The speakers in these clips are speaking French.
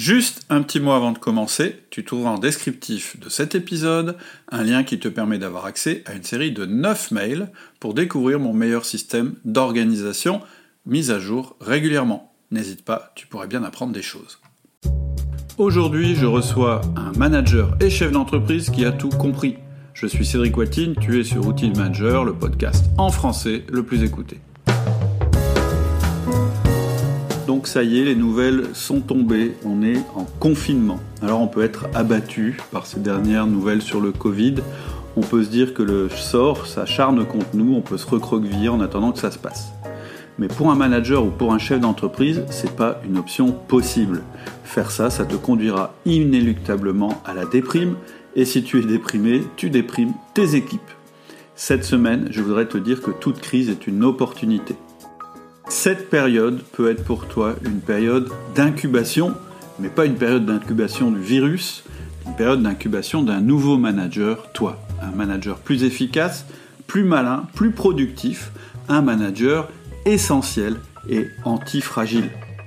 Juste un petit mot avant de commencer, tu trouveras en descriptif de cet épisode un lien qui te permet d'avoir accès à une série de 9 mails pour découvrir mon meilleur système d'organisation mis à jour régulièrement. N'hésite pas, tu pourrais bien apprendre des choses. Aujourd'hui, je reçois un manager et chef d'entreprise qui a tout compris. Je suis Cédric Watine, tu es sur Outils Manager, le podcast en français le plus écouté. Donc ça y est, les nouvelles sont tombées, on est en confinement. Alors on peut être abattu par ces dernières nouvelles sur le Covid, on peut se dire que le sort s'acharne contre nous, on peut se recroqueviller en attendant que ça se passe. Mais pour un manager ou pour un chef d'entreprise, c'est pas une option possible. Faire ça, ça te conduira inéluctablement à la déprime, et si tu es déprimé, tu déprimes tes équipes. Cette semaine, je voudrais te dire que toute crise est une opportunité. Cette période peut être pour toi une période d'incubation, mais pas une période d'incubation du virus, une période d'incubation d'un nouveau manager, toi. Un manager plus efficace, plus malin, plus productif, un manager essentiel et antifragile.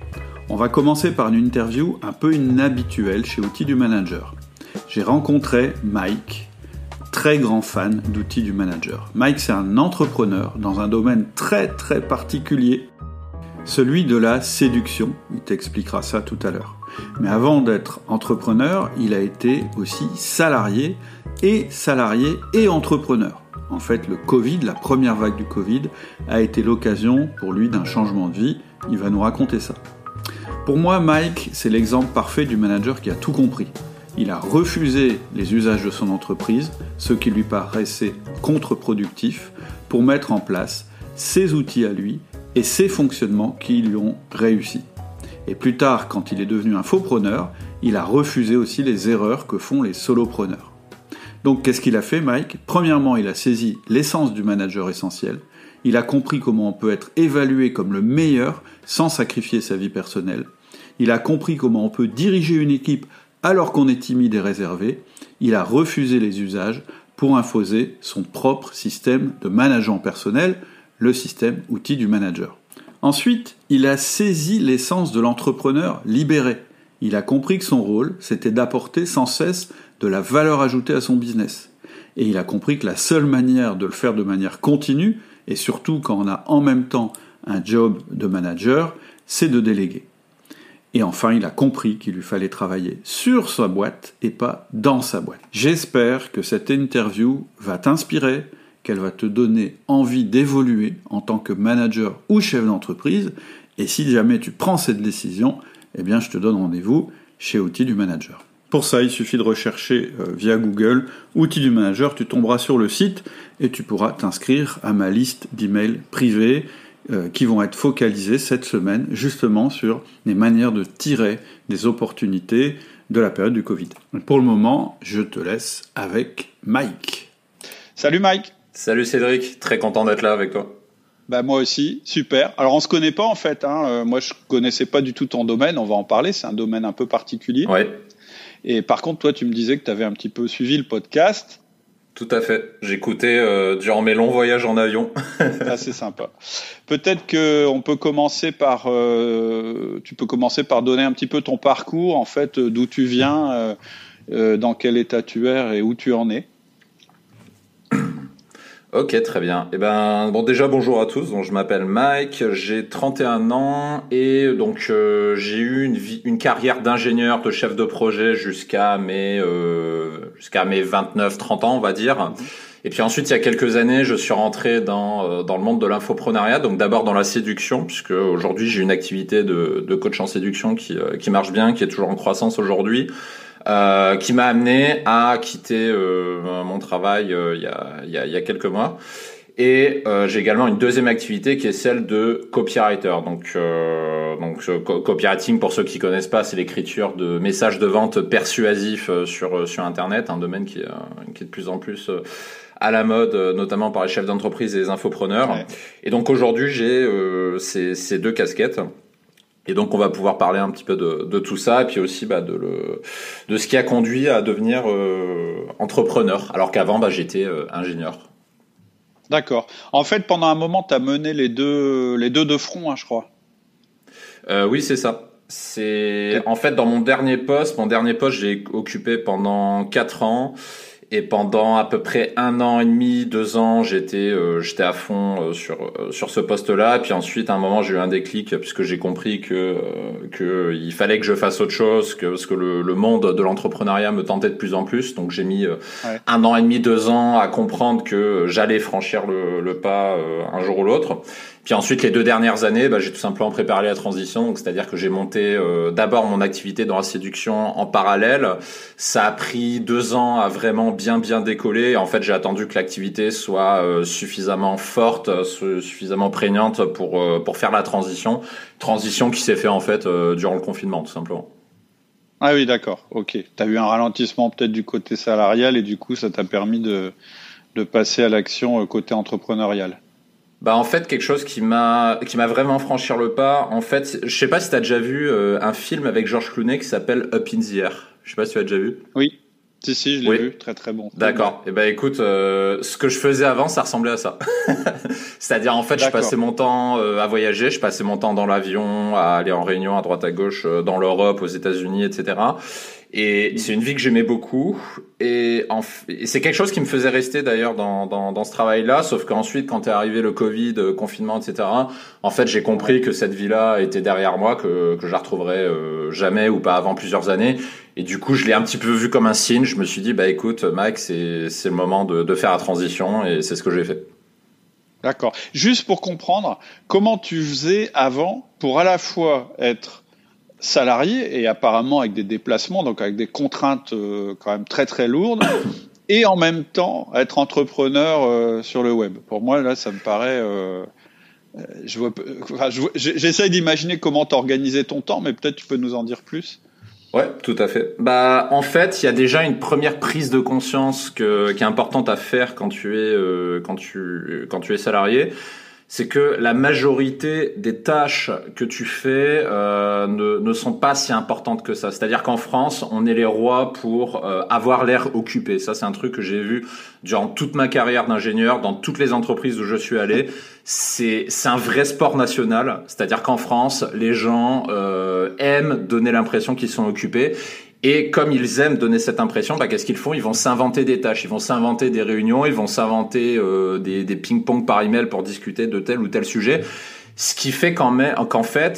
On va commencer par une interview un peu inhabituelle chez Outils du Manager. J'ai rencontré Mike, très grand fan d'Outils du Manager. Mike, c'est un entrepreneur dans un domaine très particulier, celui de la séduction. Il t'expliquera ça tout à l'heure. Mais avant d'être entrepreneur, il a été aussi salarié et entrepreneur. En fait, le Covid, la première vague du Covid, a été l'occasion pour lui d'un changement de vie. Il va nous raconter ça. Pour moi, Mike, c'est l'exemple parfait du manager qui a tout compris. Il a refusé les usages de son entreprise, ceux qui lui paraissaient contre-productifs, pour mettre en place ses outils à lui et ses fonctionnements qui lui ont réussi. Et plus tard, quand il est devenu infopreneur, il a refusé aussi les erreurs que font les solopreneurs. Donc qu'est-ce qu'il a fait, Mike ? Premièrement, il a saisi l'essence du manager essentiel. Il a compris comment on peut être évalué comme le meilleur sans sacrifier sa vie personnelle. Il a compris comment on peut diriger une équipe alors qu'on est timide et réservé. Il a refusé les usages pour imposer son propre système de management personnel, le système outil du manager. Ensuite, il a saisi l'essence de l'entrepreneur libéré. Il a compris que son rôle, c'était d'apporter sans cesse de la valeur ajoutée à son business. Et il a compris que la seule manière de le faire de manière continue, et surtout quand on a en même temps un job de manager, c'est de déléguer. Et enfin, il a compris qu'il lui fallait travailler sur sa boîte et pas dans sa boîte. J'espère que cette interview va t'inspirer, qu'elle va te donner envie d'évoluer en tant que manager ou chef d'entreprise. Et si jamais tu prends cette décision, eh bien, je te donne rendez-vous chez Outils du Manager. Pour ça, il suffit de rechercher via Google Outils du Manager, tu tomberas sur le site et tu pourras t'inscrire à ma liste d'emails privés qui vont être focalisés cette semaine justement sur les manières de tirer des opportunités de la période du Covid. Pour le moment, je te laisse avec Mike. Salut Mike. Salut Cédric, très content d'être là avec toi. Bah moi aussi, super. Alors on se connaît pas en fait, moi je connaissais pas du tout ton domaine, on va en parler, c'est un domaine un peu particulier. Ouais. Et par contre, toi tu me disais que tu avais un petit peu suivi le podcast. Tout à fait. J'écoutais durant mes longs voyages en avion. Ah, c'est sympa. Peut-être que on peut commencer par, tu peux commencer par donner un petit peu ton parcours, en fait, d'où tu viens, dans quel état tu es et où tu en es. Ok, très bien. Eh ben, bon, déjà bonjour à tous. Donc, je m'appelle Mike, j'ai 31 ans et donc j'ai eu une carrière d'ingénieur, de chef de projet jusqu'à mes 29-30 ans, on va dire. Et puis ensuite, il y a quelques années, je suis rentré dans le monde de l'infopreneuriat. Donc d'abord dans la séduction, puisque aujourd'hui j'ai une activité de coach en séduction qui marche bien, qui est toujours en croissance aujourd'hui. Qui m'a amené à quitter mon travail il y a quelques mois. Et j'ai également une deuxième activité qui est celle de copywriter. Donc copywriting, pour ceux qui connaissent pas, c'est l'écriture de messages de vente persuasifs sur Internet, un domaine qui est de plus en plus à la mode, notamment par les chefs d'entreprise et les infopreneurs. Ouais. Et donc aujourd'hui, j'ai ces deux casquettes. Et donc on va pouvoir parler un petit peu de tout ça et puis aussi de ce qui a conduit à devenir entrepreneur, alors qu'avant j'étais ingénieur. D'accord. En fait, pendant un moment, tu as mené les deux de front, je crois. Oui, c'est ça. C'est en fait dans mon dernier poste, j'ai occupé pendant 4 ans. Et pendant à peu près 1 an et demi, 2 ans, j'étais à fond sur ce poste-là. Et puis ensuite, à un moment, j'ai eu un déclic puisque j'ai compris que il fallait que je fasse autre chose, parce que le monde de l'entrepreneuriat me tentait de plus en plus. Donc j'ai mis 1 an et demi, 2 ans à comprendre que j'allais franchir le pas un jour ou l'autre. Puis ensuite, les 2 dernières années, j'ai tout simplement préparé la transition. Donc, c'est-à-dire que j'ai monté d'abord mon activité dans la séduction en parallèle. Ça a pris 2 ans à vraiment bien décoller. Et en fait, j'ai attendu que l'activité soit suffisamment forte, suffisamment prégnante pour faire la transition. Transition qui s'est fait en fait durant le confinement, tout simplement. Ah oui, d'accord. Ok. T'as eu un ralentissement peut-être du côté salarial et du coup, ça t'a permis de passer à l'action côté entrepreneurial. En fait, quelque chose qui m'a vraiment franchi le pas. En fait, je sais pas si t'as déjà vu un film avec George Clooney qui s'appelle Up in the Air. Je sais pas si tu l'as déjà vu. Oui. Si, je l'ai vu. Très, très bon. D'accord. Et écoute, ce que je faisais avant, ça ressemblait à ça. C'est-à-dire, en fait, je passais mon temps à voyager, je passais mon temps dans l'avion, à aller en réunion à droite à gauche, dans l'Europe, aux États-Unis, etc. Et c'est une vie que j'aimais beaucoup. Et c'est quelque chose qui me faisait rester d'ailleurs dans ce travail-là. Sauf qu'ensuite, quand est arrivé le Covid, confinement, etc., en fait, j'ai compris que cette vie-là était derrière moi, que je la retrouverais jamais ou pas avant plusieurs années. Et du coup, je l'ai un petit peu vu comme un signe. Je me suis dit, écoute, Mike, c'est le moment de faire la transition, et c'est ce que j'ai fait. D'accord. Juste pour comprendre, comment tu faisais avant pour à la fois être salarié et apparemment avec des déplacements, donc avec des contraintes quand même très très lourdes, et en même temps être entrepreneur sur le web. Pour moi, là, ça me paraît... j'essaye d'imaginer comment t'organisais ton temps, mais peut-être tu peux nous en dire plus. Ouais, tout à fait. En fait, il y a déjà une première prise de conscience qui est importante à faire quand tu es salarié. C'est que la majorité des tâches que tu fais ne sont pas si importantes que ça. C'est-à-dire qu'en France, on est les rois pour avoir l'air occupé. Ça, c'est un truc que j'ai vu durant toute ma carrière d'ingénieur, dans toutes les entreprises où je suis allé. C'est un vrai sport national. C'est-à-dire qu'en France, les gens aiment donner l'impression qu'ils sont occupés. Et comme ils aiment donner cette impression, qu'est-ce qu'ils font ? Ils vont s'inventer des tâches, ils vont s'inventer des réunions, ils vont s'inventer des ping-pong par email pour discuter de tel ou tel sujet. Ce qui fait qu'en fait,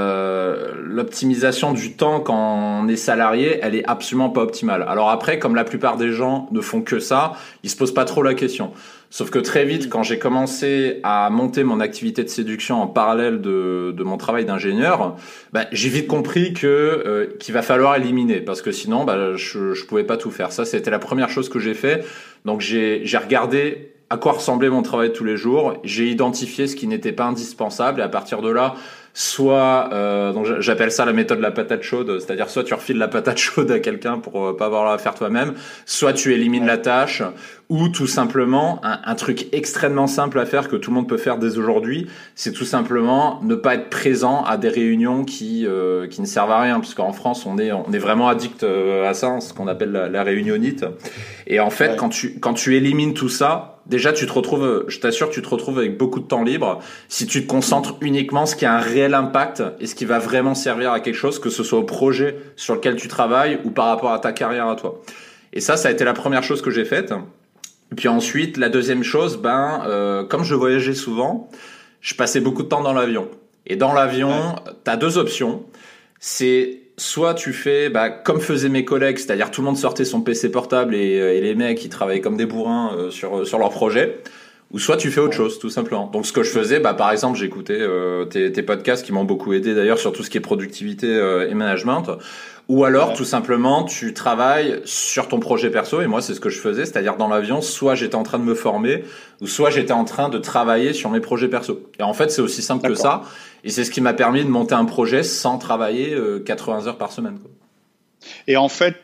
l'optimisation du temps quand on est salarié, elle est absolument pas optimale. Alors après, comme la plupart des gens ne font que ça, ils se posent pas trop la question. Sauf que très vite, quand j'ai commencé à monter mon activité de séduction en parallèle de mon travail d'ingénieur, j'ai vite compris qu'il va falloir éliminer, parce que sinon, je pouvais pas tout faire. Ça, c'était la première chose que j'ai fait. Donc j'ai regardé à quoi ressemblait mon travail de tous les jours. J'ai identifié ce qui n'était pas indispensable, et à partir de là, soit donc j'appelle ça la méthode de la patate chaude, c'est-à-dire soit tu refiles la patate chaude à quelqu'un pour pas avoir à la faire toi-même, soit tu élimines la tâche, ou tout simplement un truc extrêmement simple à faire que tout le monde peut faire dès aujourd'hui, c'est tout simplement ne pas être présent à des réunions qui ne servent à rien, parce qu'en France on est vraiment addict à ça, ce qu'on appelle la réunionite. Et en fait, quand tu élimines tout ça, déjà, tu te retrouves, je t'assure, tu te retrouves avec beaucoup de temps libre si tu te concentres uniquement ce qui a un réel impact et ce qui va vraiment servir à quelque chose, que ce soit au projet sur lequel tu travailles ou par rapport à ta carrière à toi. Et ça a été la première chose que j'ai faite. Et puis ensuite, la deuxième chose, comme je voyageais souvent, je passais beaucoup de temps dans l'avion. Et dans l'avion, t'as 2 options. C'est soit tu fais comme faisaient mes collègues, c'est-à-dire tout le monde sortait son PC portable et les mecs ils travaillaient comme des bourrins sur leur projet, ou soit tu fais autre chose tout simplement. Donc ce que je faisais, par exemple, j'écoutais tes podcasts qui m'ont beaucoup aidé d'ailleurs sur tout ce qui est productivité et management, ou alors tout simplement tu travailles sur ton projet perso. Et moi c'est ce que je faisais, c'est-à-dire dans l'avion, soit j'étais en train de me former, ou soit j'étais en train de travailler sur mes projets perso. Et en fait c'est aussi simple que ça. Et c'est ce qui m'a permis de monter un projet sans travailler 80 heures par semaine, quoi. Et en fait,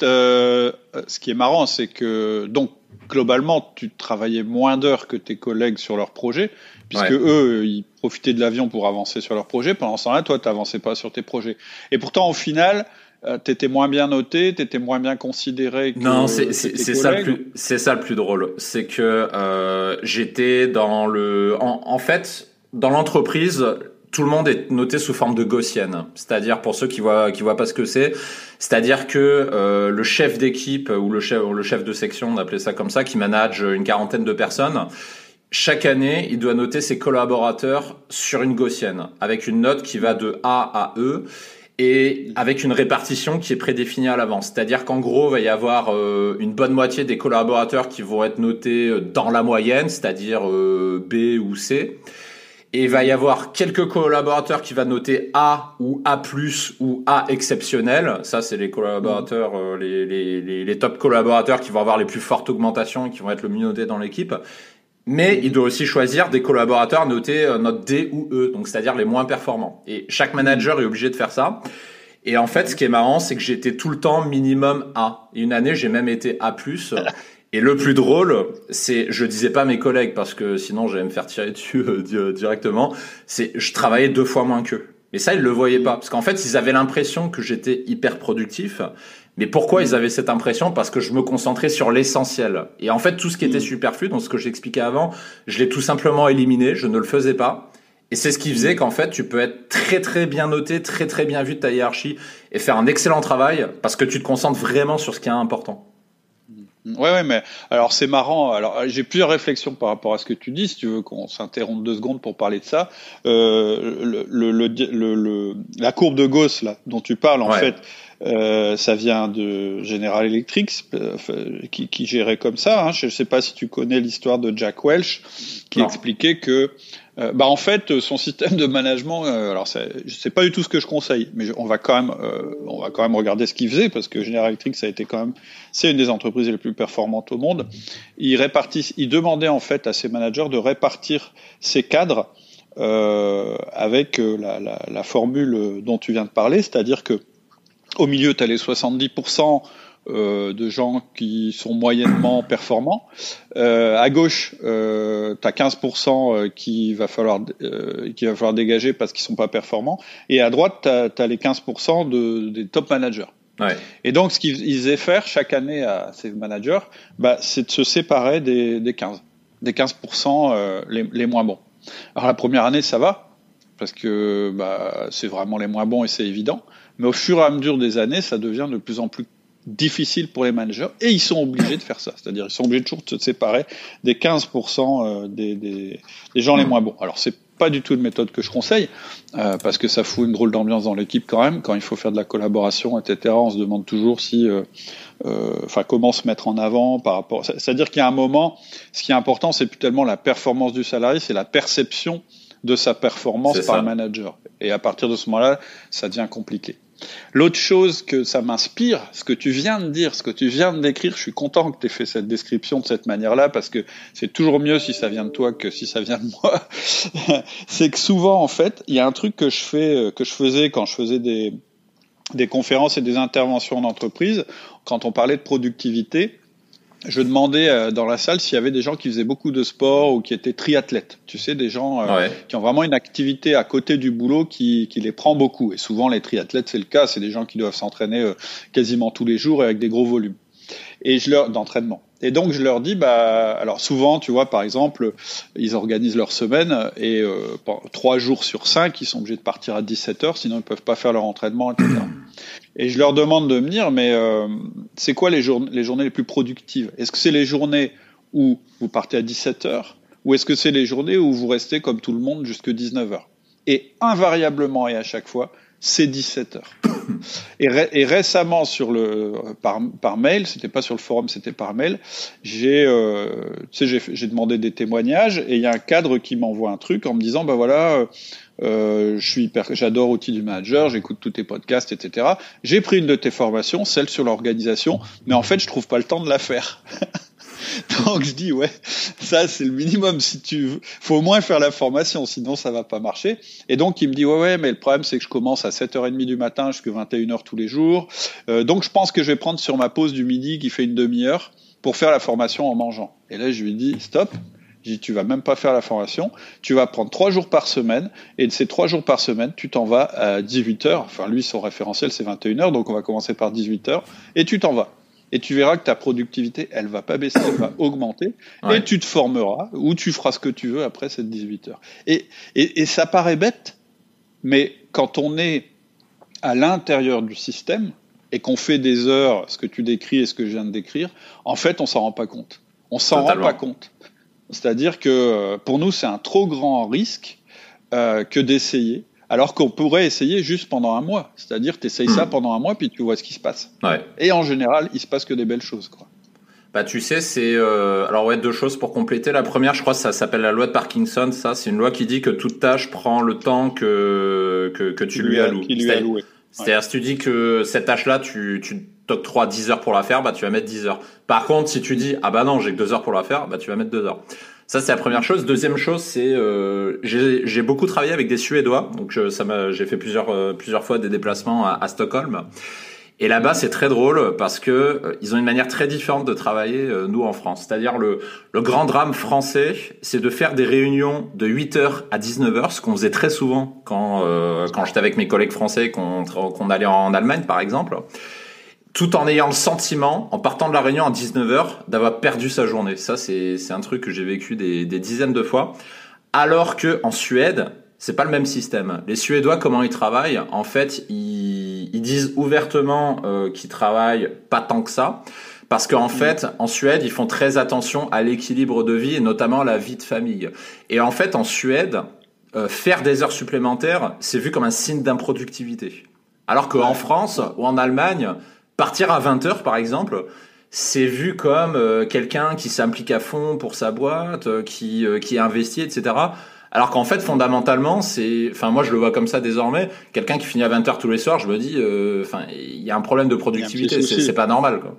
ce qui est marrant, c'est que donc globalement, tu travaillais moins d'heures que tes collègues sur leur projet, puisque eux, ils profitaient de l'avion pour avancer sur leur projet. Pendant ce temps-là, toi, tu n'avançais pas sur tes projets. Et pourtant, au final, tu étais moins bien noté, tu étais moins bien considéré que non, c'est ça le plus drôle. C'est que j'étais dans en fait, dans l'entreprise, tout le monde est noté sous forme de gaussienne. C'est-à-dire, pour ceux qui voient pas ce que c'est-à-dire que le chef d'équipe ou le chef de section, on appelait ça comme ça, qui manage une quarantaine de personnes, chaque année, il doit noter ses collaborateurs sur une gaussienne, avec une note qui va de A à E, et avec une répartition qui est prédéfinie à l'avance. C'est-à-dire qu'en gros, il va y avoir une bonne moitié des collaborateurs qui vont être notés dans la moyenne, c'est-à-dire B ou C. Et il va y avoir quelques collaborateurs qui vont noter A ou A+, ou A exceptionnel. Ça, c'est les collaborateurs, les top collaborateurs qui vont avoir les plus fortes augmentations et qui vont être le mieux notés dans l'équipe. Mais il doit aussi choisir des collaborateurs notés note D ou E, donc c'est-à-dire les moins performants. Et chaque manager est obligé de faire ça. Et en fait, ce qui est marrant, c'est que j'étais tout le temps minimum A. Et une année, j'ai même été A+. Et le plus drôle, c'est, je disais pas à mes collègues parce que sinon j'allais me faire tirer dessus directement, c'est je travaillais 2 fois moins qu'eux. Mais ça, ils le voyaient pas. Parce qu'en fait, ils avaient l'impression que j'étais hyper productif. Mais pourquoi ils avaient cette impression? Parce que je me concentrais sur l'essentiel. Et en fait, tout ce qui était superflu, donc ce que j'expliquais avant, je l'ai tout simplement éliminé, je ne le faisais pas. Et c'est ce qui faisait qu'en fait, tu peux être très très bien noté, très très bien vu de ta hiérarchie et faire un excellent travail parce que tu te concentres vraiment sur ce qui est important. Ouais, mais alors c'est marrant. Alors j'ai plusieurs réflexions par rapport à ce que tu dis. Si tu veux qu'on s'interrompe 2 secondes pour parler de ça, la courbe de Gauss là dont tu parles, en fait, ça vient de General Electric qui gérait comme ça. Hein. Je ne sais pas si tu connais l'histoire de Jack Welch qui expliquait que en fait, son système de management, alors c'est pas du tout ce que je conseille, mais on va quand même regarder ce qu'il faisait parce que General Electric, c'est une des entreprises les plus performantes au monde. Il demandait en fait à ses managers de répartir ses cadres avec la formule dont tu viens de parler, c'est-à-dire que au milieu, tu as les 70% de gens qui sont moyennement performants. À gauche, tu as 15% qu'il va falloir dégager parce qu'ils sont pas performants. Et à droite, tu as les 15% des top managers. Ouais. Et donc, ce qu'ils faisaient faire chaque année à ces managers, c'est de se séparer des 15% les moins bons. Alors, la première année, ça va, parce que c'est vraiment les moins bons et c'est évident. Mais au fur et à mesure des années, ça devient de plus en plus difficile pour les managers et ils sont obligés de faire ça. C'est-à-dire ils sont obligés de toujours se séparer des 15% des gens les moins bons. Alors c'est pas du tout une méthode que je conseille parce que ça fout une drôle d'ambiance dans l'équipe quand même. Quand il faut faire de la collaboration, etc., on se demande toujours comment se mettre en avant par rapport. C'est-à-dire qu'il y a un moment, ce qui est important, c'est plus tellement la performance du salarié, c'est la perception de sa performance par le manager. Et à partir de ce moment-là, ça devient compliqué. L'autre chose que ça m'inspire, ce que tu viens de dire, ce que tu viens de décrire, je suis content que tu aies fait cette description de cette manière-là parce que c'est toujours mieux si ça vient de toi que si ça vient de moi. C'est que souvent, en fait, il y a un truc que je faisais quand je faisais des conférences et des interventions en entreprise, quand on parlait de productivité. Je demandais dans la salle s'il y avait des gens qui faisaient beaucoup de sport ou qui étaient triathlètes. Tu sais, des gens qui ont vraiment une activité à côté du boulot qui les prend beaucoup. Et souvent, les triathlètes, c'est le cas. C'est des gens qui doivent s'entraîner quasiment tous les jours et avec des gros volumes d'entraînement. Et donc, je leur dis, alors souvent, tu vois, par exemple, ils organisent leur semaine et 3 jours sur 5, ils sont obligés de partir à 17h, sinon ils peuvent pas faire leur entraînement, etc. Et je leur demande de me dire, mais c'est quoi les journées les plus productives? Est-ce que c'est les journées où vous partez à 17h ou est-ce que c'est les journées où vous restez comme tout le monde jusque 19h? Et invariablement et à chaque fois, c'est 17h. Et récemment par mail, c'était pas sur le forum, c'était par mail, j'ai demandé des témoignages et il y a un cadre qui m'envoie un truc en me disant j'adore Outils du Manager, j'écoute tous tes podcasts, etc. J'ai pris une de tes formations, celle sur l'organisation, mais en fait je trouve pas le temps de la faire. Donc je dis ça c'est le minimum, faut au moins faire la formation, sinon ça va pas marcher. Et donc il me dit mais le problème c'est que je commence à 7h30 du matin jusqu'à 21h tous les jours. Donc je pense que je vais prendre sur ma pause du midi qui fait une demi-heure pour faire la formation en mangeant. Et là je lui dis stop. Je dis tu vas même pas faire la formation, tu vas prendre 3 jours par semaine et de ces 3 jours par semaine, tu t'en vas à 18h. Enfin lui son référentiel c'est 21h, donc on va commencer par 18h et tu t'en vas. Et tu verras que ta productivité, elle va pas baisser, elle va augmenter. Ouais. Et tu te formeras, ou tu feras ce que tu veux après cette 18 heures. Et ça paraît bête, Mais quand on est à l'intérieur du système et qu'on fait des heures, ce que tu décris et ce que je viens de décrire, en fait, on s'en rend pas compte. On s'en rend pas compte. C'est-à-dire que pour nous, c'est un trop grand risque que d'essayer, alors qu'on pourrait essayer juste pendant un mois. C'est-à-dire que tu essayes ça pendant un mois, puis tu vois ce qui se passe. Ouais. Et en général, il se passe que des belles choses, quoi. Bah tu sais, c'est alors ouais, deux choses pour compléter. La première, je crois que ça s'appelle la loi de Parkinson. Ça, c'est une loi qui dit que toute tâche prend le temps que tu lui alloues. C'est-à-dire si tu dis que cette tâche-là, tu t'octroies 10 heures pour la faire, bah tu vas mettre 10 heures. Par contre, si tu dis ah bah non, j'ai que 2 heures pour la faire, bah tu vas mettre 2 heures. Ça, c'est la première chose. Deuxième chose, c'est j'ai beaucoup travaillé avec des Suédois, donc j'ai fait plusieurs fois des déplacements à Stockholm. Et là-bas, c'est très drôle parce que ils ont une manière très différente de travailler, nous, en France. C'est-à-dire, le grand drame français, c'est de faire des réunions de 8h à 19h, ce qu'on faisait très souvent quand j'étais avec mes collègues français, qu'on allait en Allemagne, par exemple, tout en ayant le sentiment, en partant de la réunion à 19h, d'avoir perdu sa journée. Ça, c'est un truc que j'ai vécu des dizaines de fois. Alors que en Suède, c'est pas le même système. Les Suédois, comment ils travaillent? En fait, ils disent ouvertement qu'ils travaillent pas tant que ça, parce qu'en fait, en Suède, ils font très attention à l'équilibre de vie et notamment à la vie de famille. Et en fait, en Suède, faire des heures supplémentaires, c'est vu comme un signe d'improductivité. Alors qu'en France ou en Allemagne, partir à 20h, par exemple, c'est vu comme quelqu'un qui s'implique à fond pour sa boîte, qui investit, etc. Alors qu'en fait, fondamentalement, moi je le vois comme ça désormais, quelqu'un qui finit à 20h tous les soirs, je me dis, il y a un problème de productivité, c'est pas normal, quoi.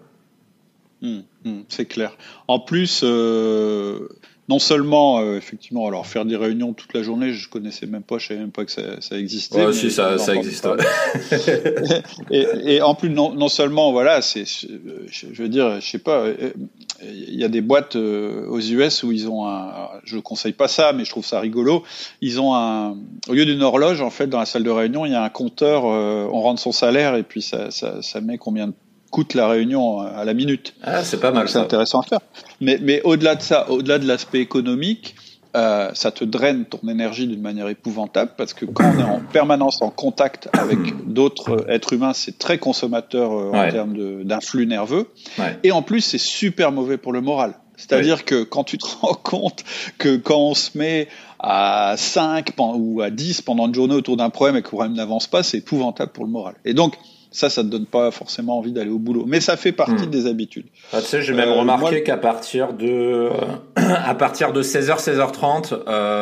C'est clair. En plus, non seulement, effectivement, alors faire des réunions toute la journée, je connaissais même pas, je savais même pas que ça existait. Ouais, si, ça existe. Ouais. et en plus, non seulement, voilà, je veux dire, je sais pas, il y a des boîtes aux US où ils ont je conseille pas ça, mais je trouve ça rigolo. Ils ont au lieu d'une horloge, en fait, dans la salle de réunion, il y a un compteur, on rentre son salaire et puis ça met combien de coûte la réunion à la minute. Ah, c'est pas mal. C'est intéressant à faire. Mais au-delà de ça, au-delà de l'aspect économique, ça te draine ton énergie d'une manière épouvantable parce que quand on est en permanence en contact avec d'autres êtres humains, c'est très consommateur en termes d'influx nerveux. Ouais. Et en plus, c'est super mauvais pour le moral. C'est-à-dire que quand tu te rends compte que quand on se met à 5 ou à 10 pendant une journée autour d'un problème et que le problème n'avance pas, c'est épouvantable pour le moral. Et donc, ça te donne pas forcément envie d'aller au boulot. Mais ça fait partie des habitudes. Ah, tu sais, j'ai même remarqué qu'à partir de 16h, 16h30,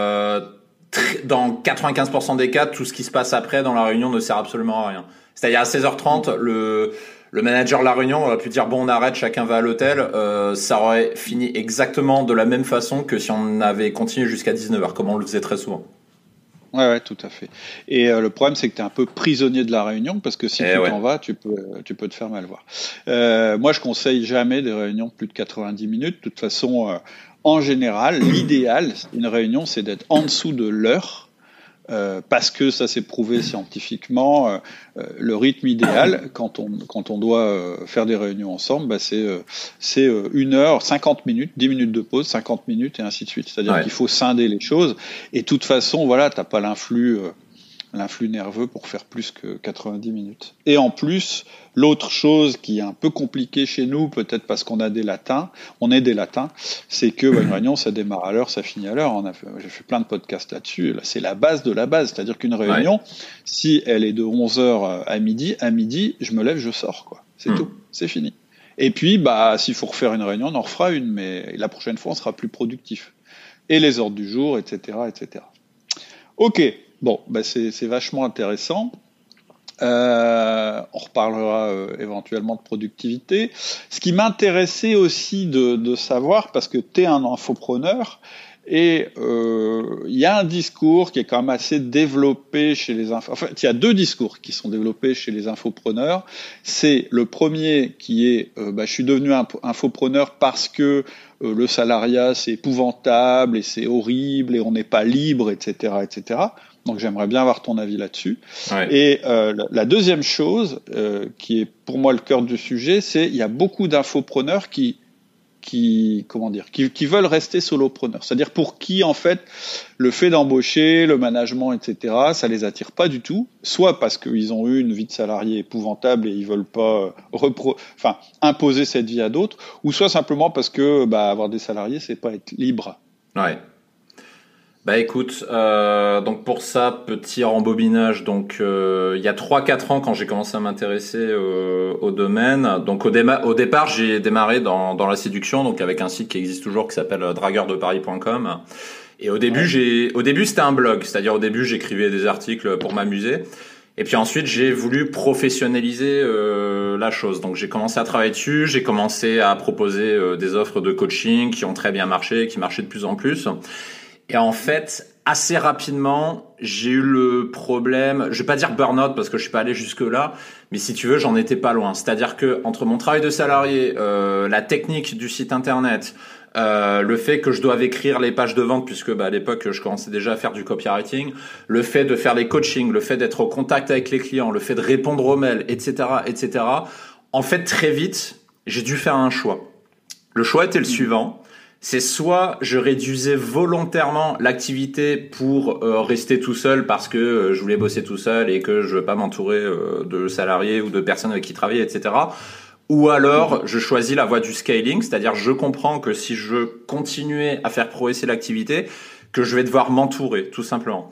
dans 95% des cas, tout ce qui se passe après dans la réunion ne sert absolument à rien. C'est-à-dire à 16h30, le manager de la réunion aurait pu dire bon, on arrête, chacun va à l'hôtel. Ça aurait fini exactement de la même façon que si on avait continué jusqu'à 19h, comme on le faisait très souvent. Ouais, tout à fait. Et le problème, c'est que tu es un peu prisonnier de la réunion parce que si t'en vas, tu peux te faire mal voir. Moi, je conseille jamais des réunions plus de 90 minutes. De toute façon, en général, l'idéal, une réunion, c'est d'être en dessous de l'heure. Parce que ça s'est prouvé scientifiquement, le rythme idéal quand on doit faire des réunions ensemble, c'est 1 heure, 50 minutes, 10 minutes de pause, 50 minutes et ainsi de suite. C'est-à-dire qu'il faut scinder les choses. Et de toute façon, voilà, t'as pas l'influx nerveux pour faire plus que 90 minutes. Et en plus, l'autre chose qui est un peu compliquée chez nous, peut-être parce qu'on est des latins, c'est que une réunion, ça démarre à l'heure, ça finit à l'heure. J'ai fait plein de podcasts là-dessus. Là, c'est la base de la base. C'est-à-dire qu'une réunion, si elle est de 11h à midi, je me lève, je sors, quoi. C'est tout. C'est fini. Et puis, s'il faut refaire une réunion, on en refera une, mais la prochaine fois, on sera plus productif. Et les ordres du jour, etc., etc. Ok. Bon, c'est vachement intéressant. On reparlera éventuellement de productivité. Ce qui m'intéressait aussi de savoir, parce que tu es un infopreneur, et il y a un discours qui est quand même assez développé chez les infopreneurs. Il y a deux discours qui sont développés chez les infopreneurs. C'est le premier qui est je suis devenu infopreneur parce que le salariat c'est épouvantable et c'est horrible et on n'est pas libre, etc., etc. Donc j'aimerais bien avoir ton avis là-dessus. Ouais. Et la deuxième chose qui est pour moi le cœur du sujet, c'est il y a beaucoup d'infopreneurs qui qui veulent rester solopreneurs. C'est-à-dire pour qui, en fait, le fait d'embaucher, le management, etc., ça les attire pas du tout. Soit parce qu'ils ont eu une vie de salarié épouvantable et ils veulent pas imposer cette vie à d'autres, ou soit simplement parce que avoir des salariés, c'est pas être libre. Ouais. Bah écoute, donc pour ça, petit rembobinage, donc il y a 3-4 ans quand j'ai commencé à m'intéresser au domaine, donc au départ j'ai démarré dans la séduction, donc avec un site qui existe toujours qui s'appelle dragueurdeparis.com. Et au début c'était un blog, c'est-à-dire au début j'écrivais des articles pour m'amuser. Et puis ensuite, j'ai voulu professionnaliser la chose. Donc j'ai commencé à travailler dessus, j'ai commencé à proposer des offres de coaching qui ont très bien marché, qui marchaient de plus en plus. Et en fait, assez rapidement, j'ai eu le problème, je vais pas dire burn-out parce que je suis pas allé jusque là, mais si tu veux, j'en étais pas loin. C'est-à-dire que entre mon travail de salarié, la technique du site internet, le fait que je doive écrire les pages de vente puisque à l'époque je commençais déjà à faire du copywriting, le fait de faire les coachings, le fait d'être au contact avec les clients, le fait de répondre aux mails, etc., etc. En fait, très vite, j'ai dû faire un choix. Le choix était le suivant. C'est soit je réduisais volontairement l'activité pour rester tout seul parce que je voulais bosser tout seul et que je veux pas m'entourer de salariés ou de personnes avec qui travailler, etc. Ou alors je choisis la voie du scaling, c'est-à-dire je comprends que si je continuais à faire progresser l'activité, que je vais devoir m'entourer, tout simplement.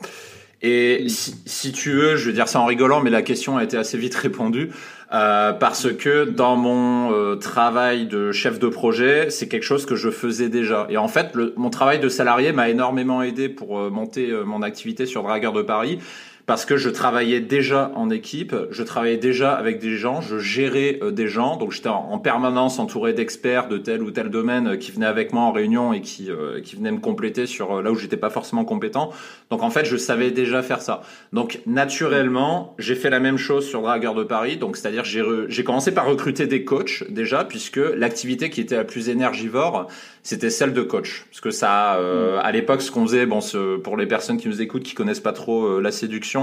Et si tu veux, je vais dire ça en rigolant, mais la question a été assez vite répondue, parce que dans mon travail de chef de projet, c'est quelque chose que je faisais déjà. Et en fait, mon travail de salarié m'a énormément aidé pour monter mon activité sur Dragueur de Paris, parce que je travaillais déjà en équipe, je travaillais déjà avec des gens, je gérais des gens, donc j'étais en permanence entouré d'experts de tel ou tel domaine qui venaient avec moi en réunion et qui venaient me compléter sur là où j'étais pas forcément compétent. Donc en fait, je savais déjà faire ça. Donc naturellement, j'ai fait la même chose sur Dragueur de Paris, donc c'est-à-dire j'ai commencé par recruter des coachs déjà, puisque l'activité qui était la plus énergivore, c'était celle de coach. Parce que ça, à l'époque, ce qu'on faisait, pour les personnes qui nous écoutent, qui connaissent pas trop la séduction,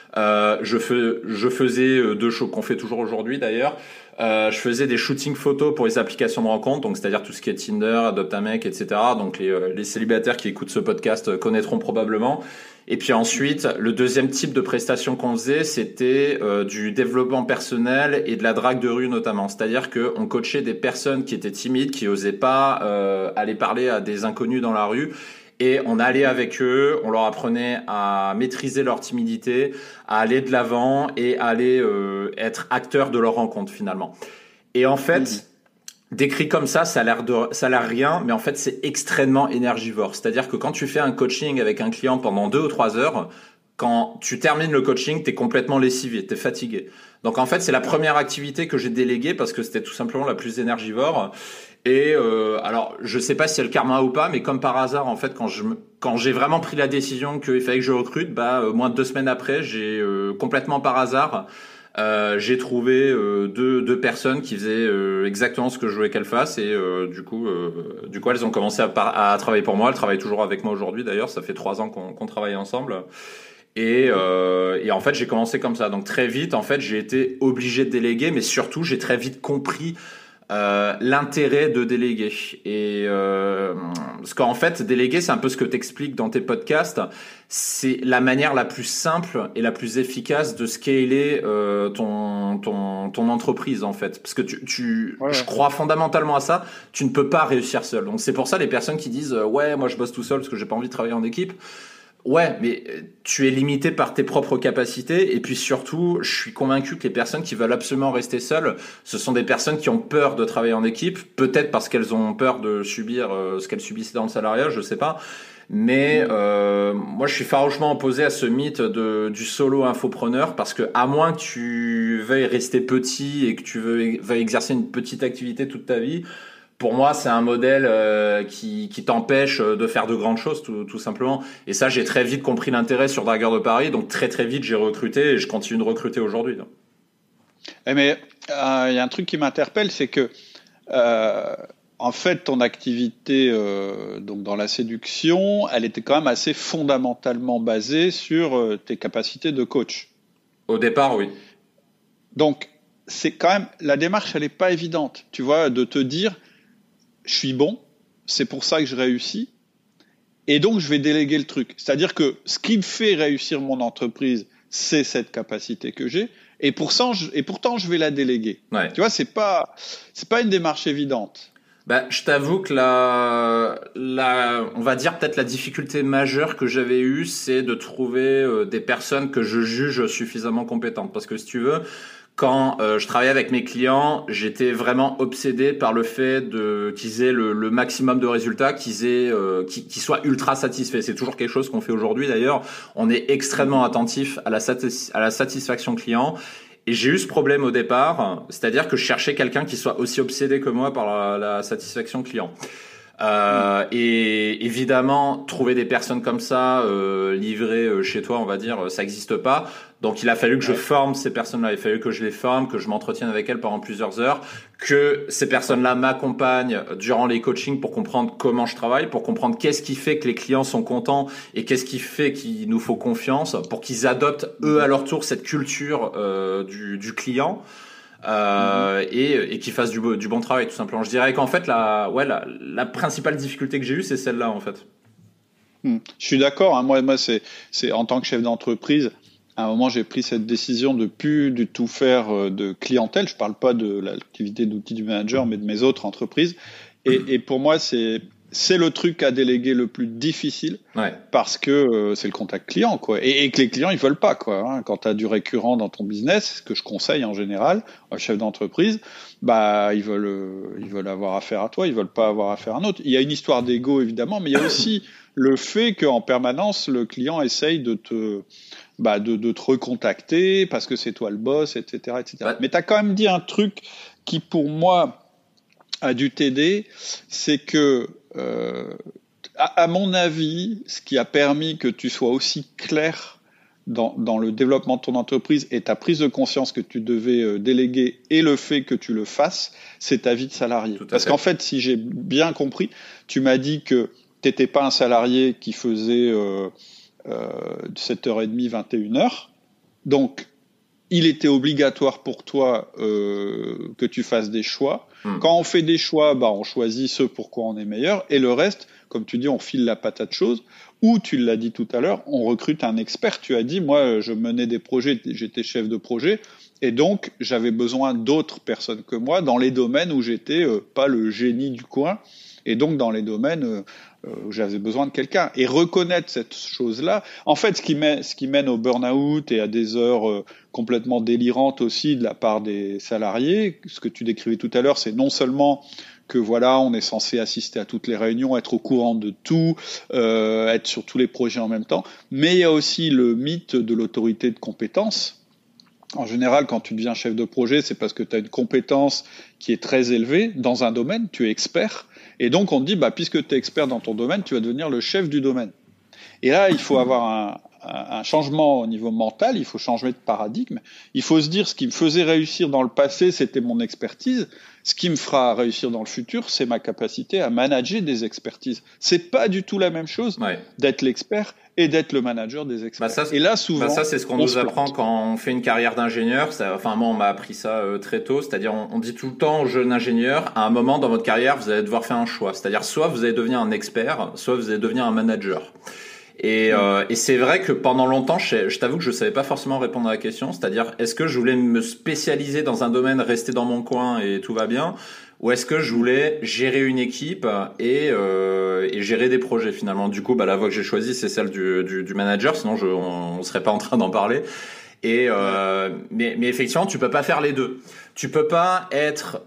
je faisais deux choses qu'on fait toujours aujourd'hui d'ailleurs. Je faisais des shootings photos pour les applications de rencontres, donc c'est-à-dire tout ce qui est Tinder, Adopt a Mec, etc. Donc les célibataires qui écoutent ce podcast connaîtront probablement. Et puis ensuite, le deuxième type de prestation qu'on faisait, c'était du développement personnel et de la drague de rue notamment. C'est-à-dire qu'on coachait des personnes qui étaient timides, qui osaient pas aller parler à des inconnus dans la rue. Et on allait avec eux, on leur apprenait à maîtriser leur timidité, à aller de l'avant et à aller être acteurs de leur rencontre finalement. Et en fait, décrit comme ça a l'air rien, mais en fait c'est extrêmement énergivore. C'est-à-dire que quand tu fais un coaching avec un client pendant 2 ou 3 heures, quand tu termines le coaching, t'es complètement lessivé, t'es fatigué. Donc en fait c'est la première activité que j'ai déléguée parce que c'était tout simplement la plus énergivore. Et alors, je sais pas si c'est le karma ou pas, mais comme par hasard, en fait, quand j'ai vraiment pris la décision qu'il fallait que je recrute, moins de 2 semaines après, j'ai complètement par hasard, j'ai trouvé deux personnes qui faisaient exactement ce que je voulais qu'elles fassent, et du coup, elles ont commencé à travailler pour moi. Elles travaillent toujours avec moi aujourd'hui, d'ailleurs. Ça fait 3 ans qu'on travaille ensemble. Et en fait, j'ai commencé comme ça. Donc très vite, en fait, j'ai été obligé de déléguer, mais surtout, j'ai très vite compris l'intérêt de déléguer. Et parce qu'en fait, déléguer, c'est un peu ce que t'expliques dans tes podcasts. C'est la manière la plus simple et la plus efficace de scaler ton entreprise, en fait. Parce que je crois fondamentalement à ça. Tu ne peux pas réussir seul. Donc c'est pour ça les personnes qui disent ouais, moi je bosse tout seul parce que j'ai pas envie de travailler en équipe. Ouais, mais tu es limité par tes propres capacités, et puis surtout, je suis convaincu que les personnes qui veulent absolument rester seules, ce sont des personnes qui ont peur de travailler en équipe, peut-être parce qu'elles ont peur de subir ce qu'elles subissaient dans le salariat, je sais pas. Mais moi, je suis farouchement opposé à ce mythe du solo infopreneur, parce que à moins que tu veuilles rester petit et que tu veuilles exercer une petite activité toute ta vie, pour moi, c'est un modèle qui t'empêche de faire de grandes choses, tout simplement. Et ça, j'ai très vite compris l'intérêt sur Dragueur de Paris. Donc, très, très vite, j'ai recruté et je continue de recruter aujourd'hui. Mais il y a un truc qui m'interpelle, c'est que, en fait, ton activité donc dans la séduction, elle était quand même assez fondamentalement basée sur tes capacités de coach. Au départ, oui. Donc, c'est quand même, la démarche, elle n'est pas évidente. Tu vois, de te dire, je suis bon, c'est pour ça que je réussis, et donc je vais déléguer le truc. C'est-à-dire que ce qui me fait réussir mon entreprise, c'est cette capacité que j'ai, et pourtant je vais la déléguer. Ouais. Tu vois, c'est pas une démarche évidente. Bah, je t'avoue que on va dire peut-être la difficulté majeure que j'avais eue, c'est de trouver des personnes que je juge suffisamment compétentes. Parce que si tu veux, quand je travaillais avec mes clients, j'étais vraiment obsédé par le fait qu'ils aient le maximum de résultats, qu'ils soient ultra satisfaits. C'est toujours quelque chose qu'on fait aujourd'hui d'ailleurs. On est extrêmement attentif à la satisfaction client. Et j'ai eu ce problème au départ, c'est-à-dire que je cherchais quelqu'un qui soit aussi obsédé que moi par la satisfaction client. Et évidemment, trouver des personnes comme ça, livrées chez toi, on va dire, ça n'existe pas. Donc il a fallu que je forme ces personnes-là, il a fallu que je les forme, que je m'entretienne avec elles pendant plusieurs heures, que ces personnes-là m'accompagnent durant les coachings pour comprendre comment je travaille, pour comprendre qu'est-ce qui fait que les clients sont contents et qu'est-ce qui fait qu'il nous faut confiance, pour qu'ils adoptent eux à leur tour cette culture du client. Et qui fassent du bon travail tout simplement. Je dirais qu'en fait la principale difficulté que j'ai eue, c'est celle-là en fait. Je suis d'accord, hein. Moi c'est en tant que chef d'entreprise, à un moment j'ai pris cette décision de plus du tout faire de clientèle. Je parle pas de l'activité d'outil du manager, mais de mes autres entreprises. Et pour moi c'est le truc à déléguer le plus difficile, parce que c'est le contact client, quoi. Et que les clients ils veulent pas, quoi. Hein. Quand tu as du récurrent dans ton business, ce que je conseille en général aux chefs d'entreprise, bah ils veulent avoir affaire à toi, ils veulent pas avoir affaire à un autre. Il y a une histoire d'ego évidemment, mais il y a aussi le fait qu'en permanence le client essaye de te recontacter parce que c'est toi le boss, etc., etc. Ouais. Mais tu as quand même dit un truc qui pour moi a dû t'aider, c'est que à mon avis, ce qui a permis que tu sois aussi clair dans le développement de ton entreprise et ta prise de conscience que tu devais déléguer et le fait que tu le fasses, c'est ta vie de salarié. Parce qu'en fait, si j'ai bien compris, tu m'as dit que tu n'étais pas un salarié qui faisait 7h30, 21h. Donc, il était obligatoire pour toi que tu fasses des choix. Quand on fait des choix, on choisit ce pour quoi on est meilleur. Et le reste, comme tu dis, on file la patate chaude. Ou, tu l'as dit tout à l'heure, on recrute un expert. Tu as dit, moi, je menais des projets, j'étais chef de projet. Et donc, j'avais besoin d'autres personnes que moi dans les domaines où j'étais pas le génie du coin. Et donc, dans les domaines où j'avais besoin de quelqu'un. Et reconnaître cette chose-là, en fait, ce qui mène au burn-out et à des heures complètement délirantes aussi de la part des salariés, ce que tu décrivais tout à l'heure, c'est non seulement que voilà, on est censé assister à toutes les réunions, être au courant de tout, être sur tous les projets en même temps, mais il y a aussi le mythe de l'autorité de compétence. En général, quand tu deviens chef de projet, c'est parce que tu as une compétence qui est très élevée dans un domaine, tu es expert, et donc on te dit, puisque tu es expert dans ton domaine, tu vas devenir le chef du domaine. Et là, il faut avoir un changement au niveau mental, il faut changer de paradigme, il faut se dire, ce qui me faisait réussir dans le passé, c'était mon expertise, ce qui me fera réussir dans le futur, c'est ma capacité à manager des expertises. C'est pas du tout la même chose d'être l'expert et d'être le manager des experts. Et là, souvent, ça c'est ce qu'on nous apprend quand on fait une carrière d'ingénieur. Moi, on m'a appris ça très tôt. C'est-à-dire, on dit tout le temps aux jeunes ingénieurs, à un moment dans votre carrière, vous allez devoir faire un choix. C'est-à-dire, soit vous allez devenir un expert, soit vous allez devenir un manager. Et c'est vrai que pendant longtemps, je t'avoue que je savais pas forcément répondre à la question. C'est-à-dire, est-ce que je voulais me spécialiser dans un domaine, rester dans mon coin et tout va bien, ou est-ce que je voulais gérer une équipe et gérer des projets finalement. Du coup, la voie que j'ai choisie, c'est celle du manager. Sinon, on serait pas en train d'en parler. Mais effectivement, tu peux pas faire les deux. Tu peux pas être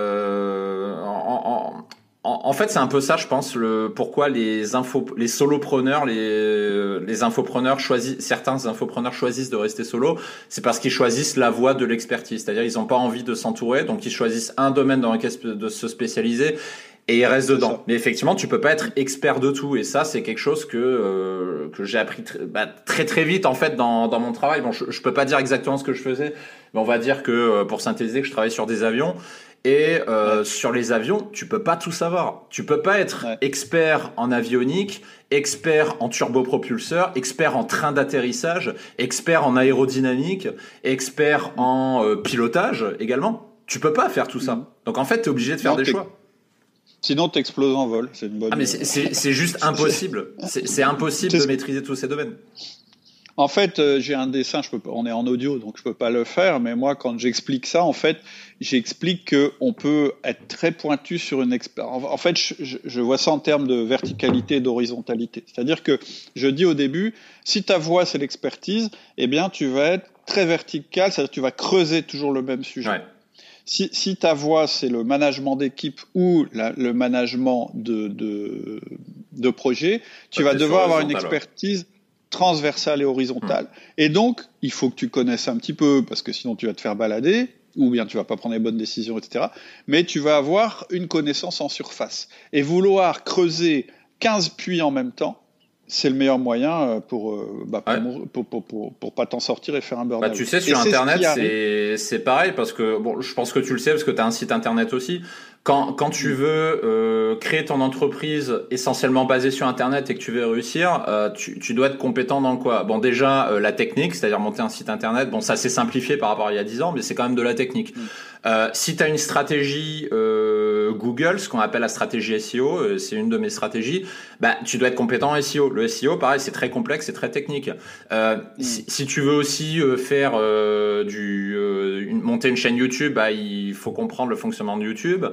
en fait, c'est un peu ça, je pense, pourquoi les solopreneurs, les infopreneurs certains infopreneurs choisissent de rester solo, c'est parce qu'ils choisissent la voie de l'expertise. C'est-à-dire, ils n'ont pas envie de s'entourer, donc ils choisissent un domaine dans lequel de se spécialiser et ils restent dedans. Mais effectivement, tu peux pas être expert de tout, et ça, c'est quelque chose que j'ai appris très très vite en fait dans mon travail. Bon, je peux pas dire exactement ce que je faisais, mais on va dire que pour synthétiser, que je travaille sur des avions. Et sur les avions, tu peux pas tout savoir. Tu peux pas être expert en avionique, expert en turbopropulseur, expert en train d'atterrissage, expert en aérodynamique, expert en pilotage également. Tu peux pas faire tout ça. Donc en fait, tu es obligé de faire des choix. Sinon, t'exploses en vol. C'est une bonne. Ah, mais c'est juste impossible. C'est impossible de maîtriser tous ces domaines. En fait, j'ai un dessin, on est en audio, donc je peux pas le faire, mais moi, quand j'explique ça, en fait, j'explique qu'on peut être très pointu sur une expérience. En fait, je vois ça en termes de verticalité et d'horizontalité. C'est-à-dire que je dis au début, si ta voie, c'est l'expertise, eh bien, tu vas être très vertical, c'est-à-dire que tu vas creuser toujours le même sujet. Ouais. Si ta voie, c'est le management d'équipe ou le management de projet, tu vas devoir avoir une expertise transversale et horizontale. Et donc, il faut que tu connaisses un petit peu, parce que sinon tu vas te faire balader, ou bien tu vas pas prendre les bonnes décisions, etc. Mais tu vas avoir une connaissance en surface. Et vouloir creuser 15 puits en même temps, c'est le meilleur moyen pour pas t'en sortir et faire un burn-out. Tu sais, sur Internet, c'est pareil, parce que, bon, je pense que tu le sais, parce que tu as un site Internet aussi. Quand tu veux créer ton entreprise essentiellement basée sur Internet et que tu veux réussir, tu dois être compétent dans quoi? Bon, déjà, la technique, c'est-à-dire monter un site Internet, bon, ça s'est simplifié par rapport à il y a 10 ans, mais c'est quand même de la technique. Si tu as une stratégie Google, ce qu'on appelle la stratégie SEO, c'est une de mes stratégies, tu dois être compétent en SEO. Le SEO, pareil, c'est très complexe, c'est très technique. Si tu veux aussi faire monter une chaîne YouTube, il faut comprendre le fonctionnement de YouTube.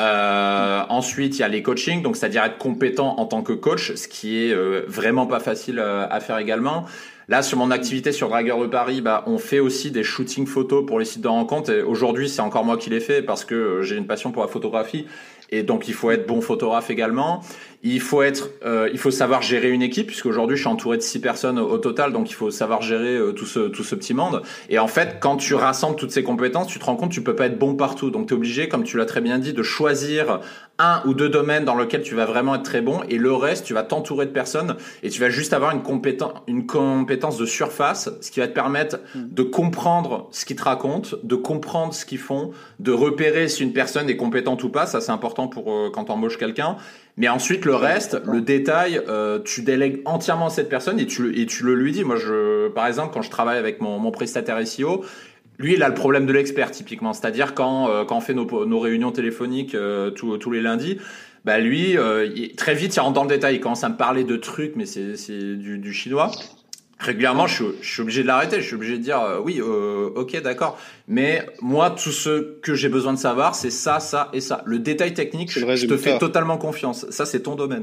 Ensuite, il y a les coachings, donc c'est-à-dire être compétent en tant que coach, ce qui est vraiment pas facile à faire également. Là, sur mon activité sur Dragueur de Paris, on fait aussi des shootings photos pour les sites de rencontres. Et aujourd'hui, c'est encore moi qui les fais parce que j'ai une passion pour la photographie. Et donc, il faut être bon photographe également. Il faut savoir gérer une équipe, puisqu'aujourd'hui, je suis entouré de 6 personnes au total. Donc, il faut savoir gérer tout ce petit monde. Et en fait, quand tu rassembles toutes ces compétences, tu te rends compte que tu peux pas être bon partout. Donc, tu es obligé, comme tu l'as très bien dit, de choisir 1 ou 2 domaines dans lesquels tu vas vraiment être très bon. Et le reste, tu vas t'entourer de personnes et tu vas juste avoir une compétence de surface, ce qui va te permettre de comprendre ce qu'ils te racontent, de comprendre ce qu'ils font, de repérer si une personne est compétente ou pas. Ça, c'est important pour quand tu embauches quelqu'un. Mais ensuite, le reste, le détail, tu délègues entièrement à cette personne et tu le lui dis. Moi, par exemple, quand je travaille avec mon prestataire SEO, lui, il a le problème de l'expert, typiquement. C'est-à-dire, quand on fait nos réunions téléphoniques tous les lundis, lui, très vite, il rentre dans le détail. Il commence à me parler de trucs, mais c'est du chinois. Régulièrement, je suis obligé de l'arrêter. Je suis obligé de dire oui, ok, d'accord. Mais moi, tout ce que j'ai besoin de savoir, c'est ça, ça et ça. Le détail technique, je te fais totalement confiance. Ça, c'est ton domaine.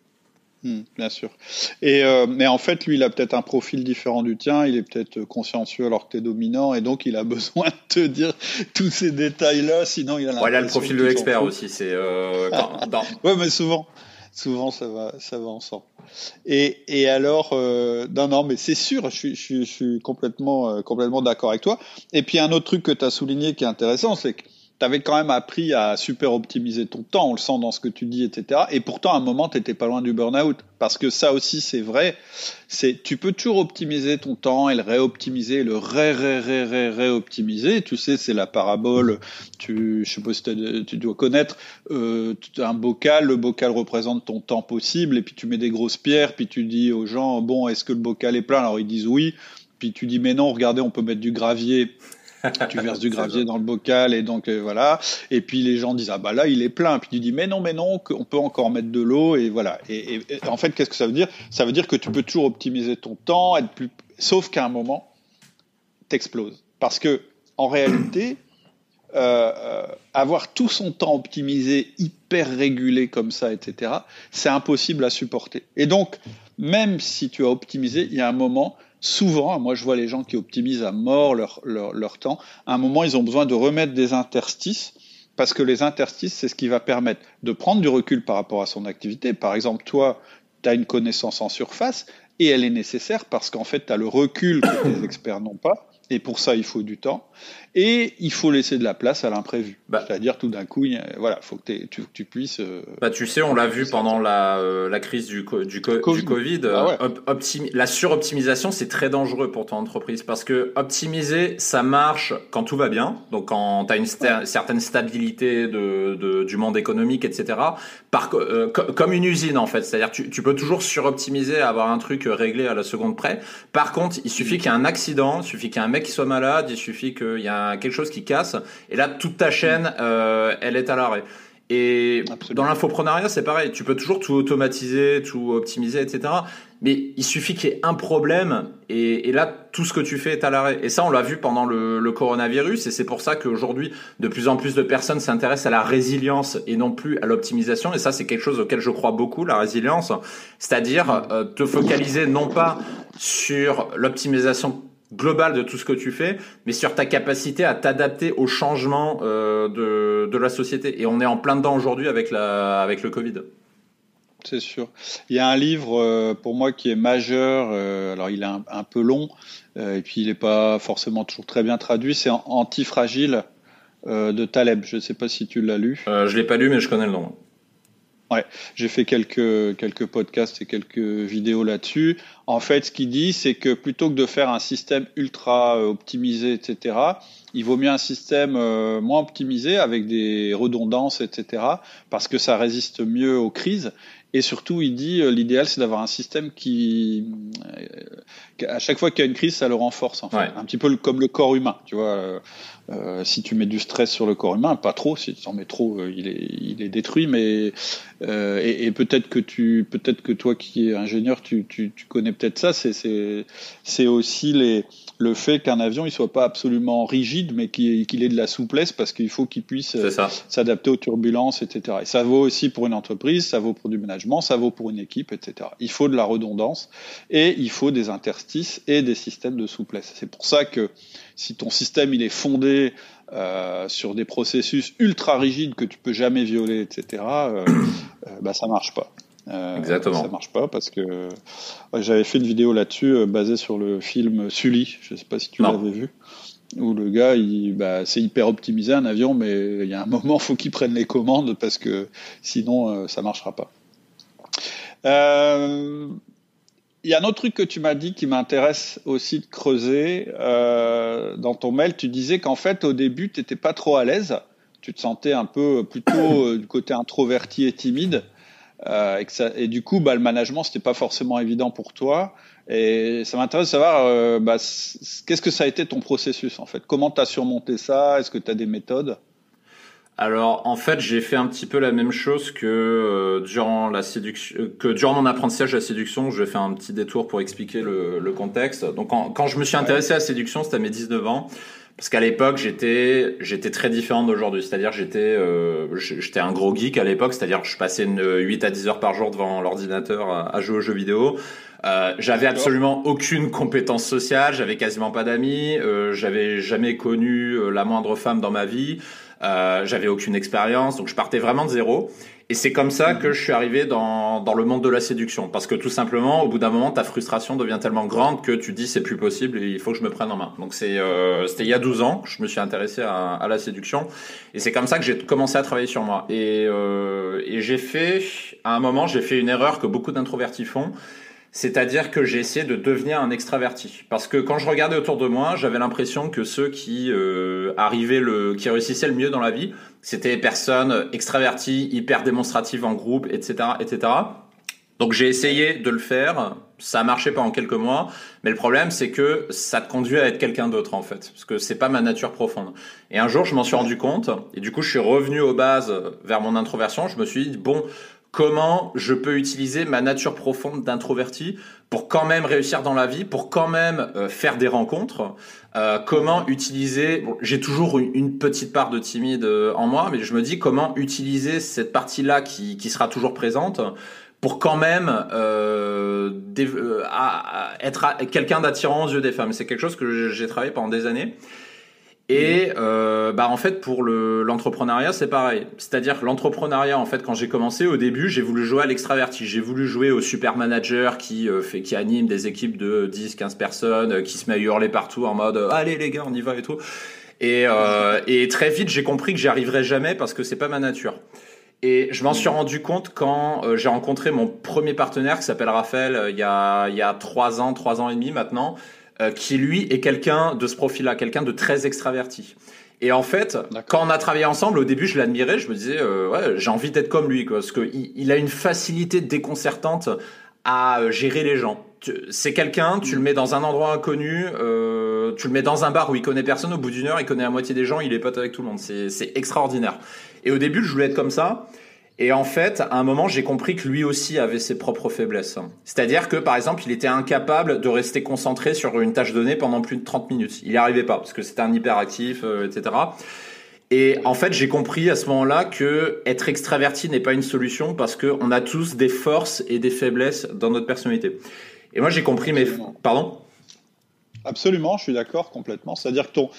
Bien sûr. Mais en fait, lui, il a peut-être un profil différent du tien. Il est peut-être consciencieux alors que tu es dominant, et donc il a besoin de te dire tous ces détails-là. Sinon, il a l'impression. Il a le profil de l'expert aussi. C'est. Ouais, mais souvent, ça va ensemble. Et alors, non, mais c'est sûr, je suis complètement d'accord avec toi. Et puis un autre truc que tu as souligné qui est intéressant, c'est que tu avais quand même appris à super optimiser ton temps, on le sent dans ce que tu dis, etc. Et pourtant, à un moment, tu n'étais pas loin du burn-out. Parce que ça aussi, c'est vrai. Tu peux toujours optimiser ton temps et le réoptimiser, le réoptimiser. Tu sais, c'est la parabole. Je sais pas si tu dois connaître un bocal. Le bocal représente ton temps possible. Et puis tu mets des grosses pierres. Puis tu dis aux gens, bon, est-ce que le bocal est plein? Alors ils disent oui. Puis tu dis, mais non, regardez, on peut mettre du gravier. Tu verses du gravier dans le bocal et donc voilà. Et puis les gens disent là il est plein. Puis tu dis mais non, on peut encore mettre de l'eau et voilà. Et en fait, qu'est-ce que ça veut dire? Ça veut dire que tu peux toujours optimiser ton temps, sauf qu'à un moment, t'exploses. Parce que en réalité, avoir tout son temps optimisé, hyper régulé comme ça, etc., c'est impossible à supporter. Et donc, même si tu as optimisé, il y a un moment. Souvent, moi je vois les gens qui optimisent à mort leur temps, à un moment ils ont besoin de remettre des interstices, parce que les interstices c'est ce qui va permettre de prendre du recul par rapport à son activité. Par exemple, toi, tu as une connaissance en surface, et elle est nécessaire parce qu'en fait tu as le recul que les experts n'ont pas, et pour ça il faut du temps, et il faut laisser de la place à l'imprévu. C'est-à-dire tout d'un coup, faut que tu puisses... tu sais, on l'a vu pendant la crise du Covid. La suroptimisation, c'est très dangereux pour ton entreprise parce que optimiser, ça marche quand tout va bien, donc quand tu as une certaine stabilité du monde économique, etc. Comme une usine, en fait. C'est-à-dire tu peux toujours suroptimiser, avoir un truc réglé à la seconde près. Par contre, il suffit qu'il y ait un accident, il suffit qu'il y ait un mec qui soit malade, il suffit qu'il y a quelque chose qui casse, et là toute ta chaîne elle est à l'arrêt. Et Absolument. dans l'infoprenariat, c'est pareil. Tu peux toujours tout automatiser, tout optimiser, etc. Mais il suffit qu'il y ait un problème et là, tout ce que tu fais est à l'arrêt. Et ça, on l'a vu pendant le coronavirus et c'est pour ça qu'aujourd'hui, de plus en plus de personnes s'intéressent à la résilience et non plus à l'optimisation. Et ça, c'est quelque chose auquel je crois beaucoup, la résilience. C'est-à-dire te focaliser non pas sur l'optimisation globale de tout ce que tu fais, mais sur ta capacité à t'adapter aux changements de la société. Et on est en plein dedans aujourd'hui avec le Covid. C'est sûr. Il y a un livre pour moi qui est majeur. Alors il est un peu long et puis il n'est pas forcément toujours très bien traduit. C'est Antifragile de Taleb. Je ne sais pas si tu l'as lu. Je l'ai pas lu, mais je connais le nom. Ouais, j'ai fait quelques podcasts et quelques vidéos là-dessus. En fait, ce qu'il dit, c'est que plutôt que de faire un système ultra optimisé, etc., il vaut mieux un système moins optimisé avec des redondances, etc., parce que ça résiste mieux aux crises. Et surtout, il dit l'idéal, c'est d'avoir un système qui, à chaque fois qu'il y a une crise, ça le renforce. En fait. Ouais. Un petit peu comme le corps humain, tu vois. Si tu mets du stress sur le corps humain, pas trop. Si tu en mets trop, il est détruit. Mais et peut-être que toi qui es ingénieur, tu connais peut-être ça. C'est aussi le fait qu'un avion il soit pas absolument rigide, mais qu'il ait de la souplesse parce qu'il faut qu'il puisse s'adapter aux turbulences, etc. Et ça vaut aussi pour une entreprise, ça vaut pour du management, ça vaut pour une équipe, etc. Il faut de la redondance et il faut des interstices et des systèmes de souplesse. C'est pour ça que si ton système il est fondé sur des processus ultra rigides que tu peux jamais violer, etc., bah ça marche pas. Exactement. Ça marche pas parce que j'avais fait une vidéo là-dessus basée sur le film Sully. Je sais pas si tu l'avais vu. Où le gars, c'est hyper optimisé un avion, mais il y a un moment, faut qu'il prenne les commandes parce que sinon, ça marchera pas. Il y a un autre truc que tu m'as dit qui m'intéresse aussi de creuser. Dans ton mail, tu disais qu'en fait, au début, tu n'étais pas trop à l'aise. Tu te sentais un peu plutôt du côté introverti et timide. Et du coup, le management, c'était pas forcément évident pour toi. Et ça m'intéresse de savoir, qu'est-ce que ça a été ton processus en fait? Comment tu as surmonté ça? Est-ce que tu as des méthodes? Alors, en fait, j'ai fait un petit peu la même chose que durant mon apprentissage de la séduction. Je vais faire un petit détour pour expliquer le contexte. Donc, quand je me suis intéressé à la séduction, c'était à mes 19 ans. Parce qu'à l'époque, j'étais très différent d'aujourd'hui. C'est-à-dire, j'étais un gros geek à l'époque. C'est-à-dire, je passais 8 à 10 heures par jour devant l'ordinateur à jouer aux jeux vidéo. J'avais absolument aucune compétence sociale. J'avais quasiment pas d'amis. J'avais jamais connu la moindre femme dans ma vie. J'avais aucune expérience. Donc, je partais vraiment de zéro. Et c'est comme ça que je suis arrivé dans le monde de la séduction. Parce que tout simplement, au bout d'un moment, ta frustration devient tellement grande que tu te dis c'est plus possible et il faut que je me prenne en main. Donc c'était il y a 12 ans que je me suis intéressé à la séduction. Et c'est comme ça que j'ai commencé à travailler sur moi. Et à un moment, j'ai fait une erreur que beaucoup d'introvertis font. C'est-à-dire que j'ai essayé de devenir un extraverti. Parce que quand je regardais autour de moi, j'avais l'impression que ceux qui qui réussissaient le mieux dans la vie, c'était des personnes extraverties, hyper démonstratives en groupe, etc., etc. Donc j'ai essayé de le faire. Ça a marché pendant quelques mois. Mais le problème, c'est que ça te conduit à être quelqu'un d'autre, en fait. Parce que c'est pas ma nature profonde. Et un jour, je m'en suis rendu compte. Et du coup, je suis revenu aux bases vers mon introversion. Je me suis dit, bon, comment je peux utiliser ma nature profonde d'introverti pour quand même réussir dans la vie, pour quand même faire des rencontres. Comment utiliser... Bon, j'ai toujours une petite part de timide en moi, mais je me dis comment utiliser cette partie-là qui sera toujours présente pour quand même être quelqu'un d'attirant aux yeux des femmes. C'est quelque chose que j'ai travaillé pendant des années. Et en fait pour l'entrepreneuriat c'est pareil, c'est-à-dire que l'entrepreneuriat en fait quand j'ai commencé au début j'ai voulu jouer à l'extraverti, j'ai voulu jouer au super manager qui anime des équipes de 10-15 personnes, qui se met à hurler partout en mode allez les gars on y va et tout, et très vite j'ai compris que j'y arriverais jamais parce que c'est pas ma nature. Et je m'en suis rendu compte quand j'ai rencontré mon premier partenaire qui s'appelle Raphaël il y a 3 ans et demi maintenant, qui lui est quelqu'un de ce profil-là, quelqu'un de très extraverti. Et en fait, quand on a travaillé ensemble, au début, je l'admirais, je me disais, ouais, j'ai envie d'être comme lui, quoi, parce que il a une facilité déconcertante à gérer les gens. C'est quelqu'un, tu le mets dans un endroit inconnu, tu le mets dans un bar où il connaît personne, au bout d'une heure, il connaît la moitié des gens, il est pote avec tout le monde. C'est extraordinaire. Et au début, je voulais être comme ça. Et en fait, à un moment, j'ai compris que lui aussi avait ses propres faiblesses. C'est-à-dire que, par exemple, il était incapable de rester concentré sur une tâche donnée pendant plus de 30 minutes. Il n'y arrivait pas, parce que c'était un hyperactif, etc. Et en fait, j'ai compris à ce moment-là que être extraverti n'est pas une solution, parce que on a tous des forces et des faiblesses dans notre personnalité. Et moi, j'ai compris Pardon ? Absolument, je suis d'accord complètement. C'est-à-dire que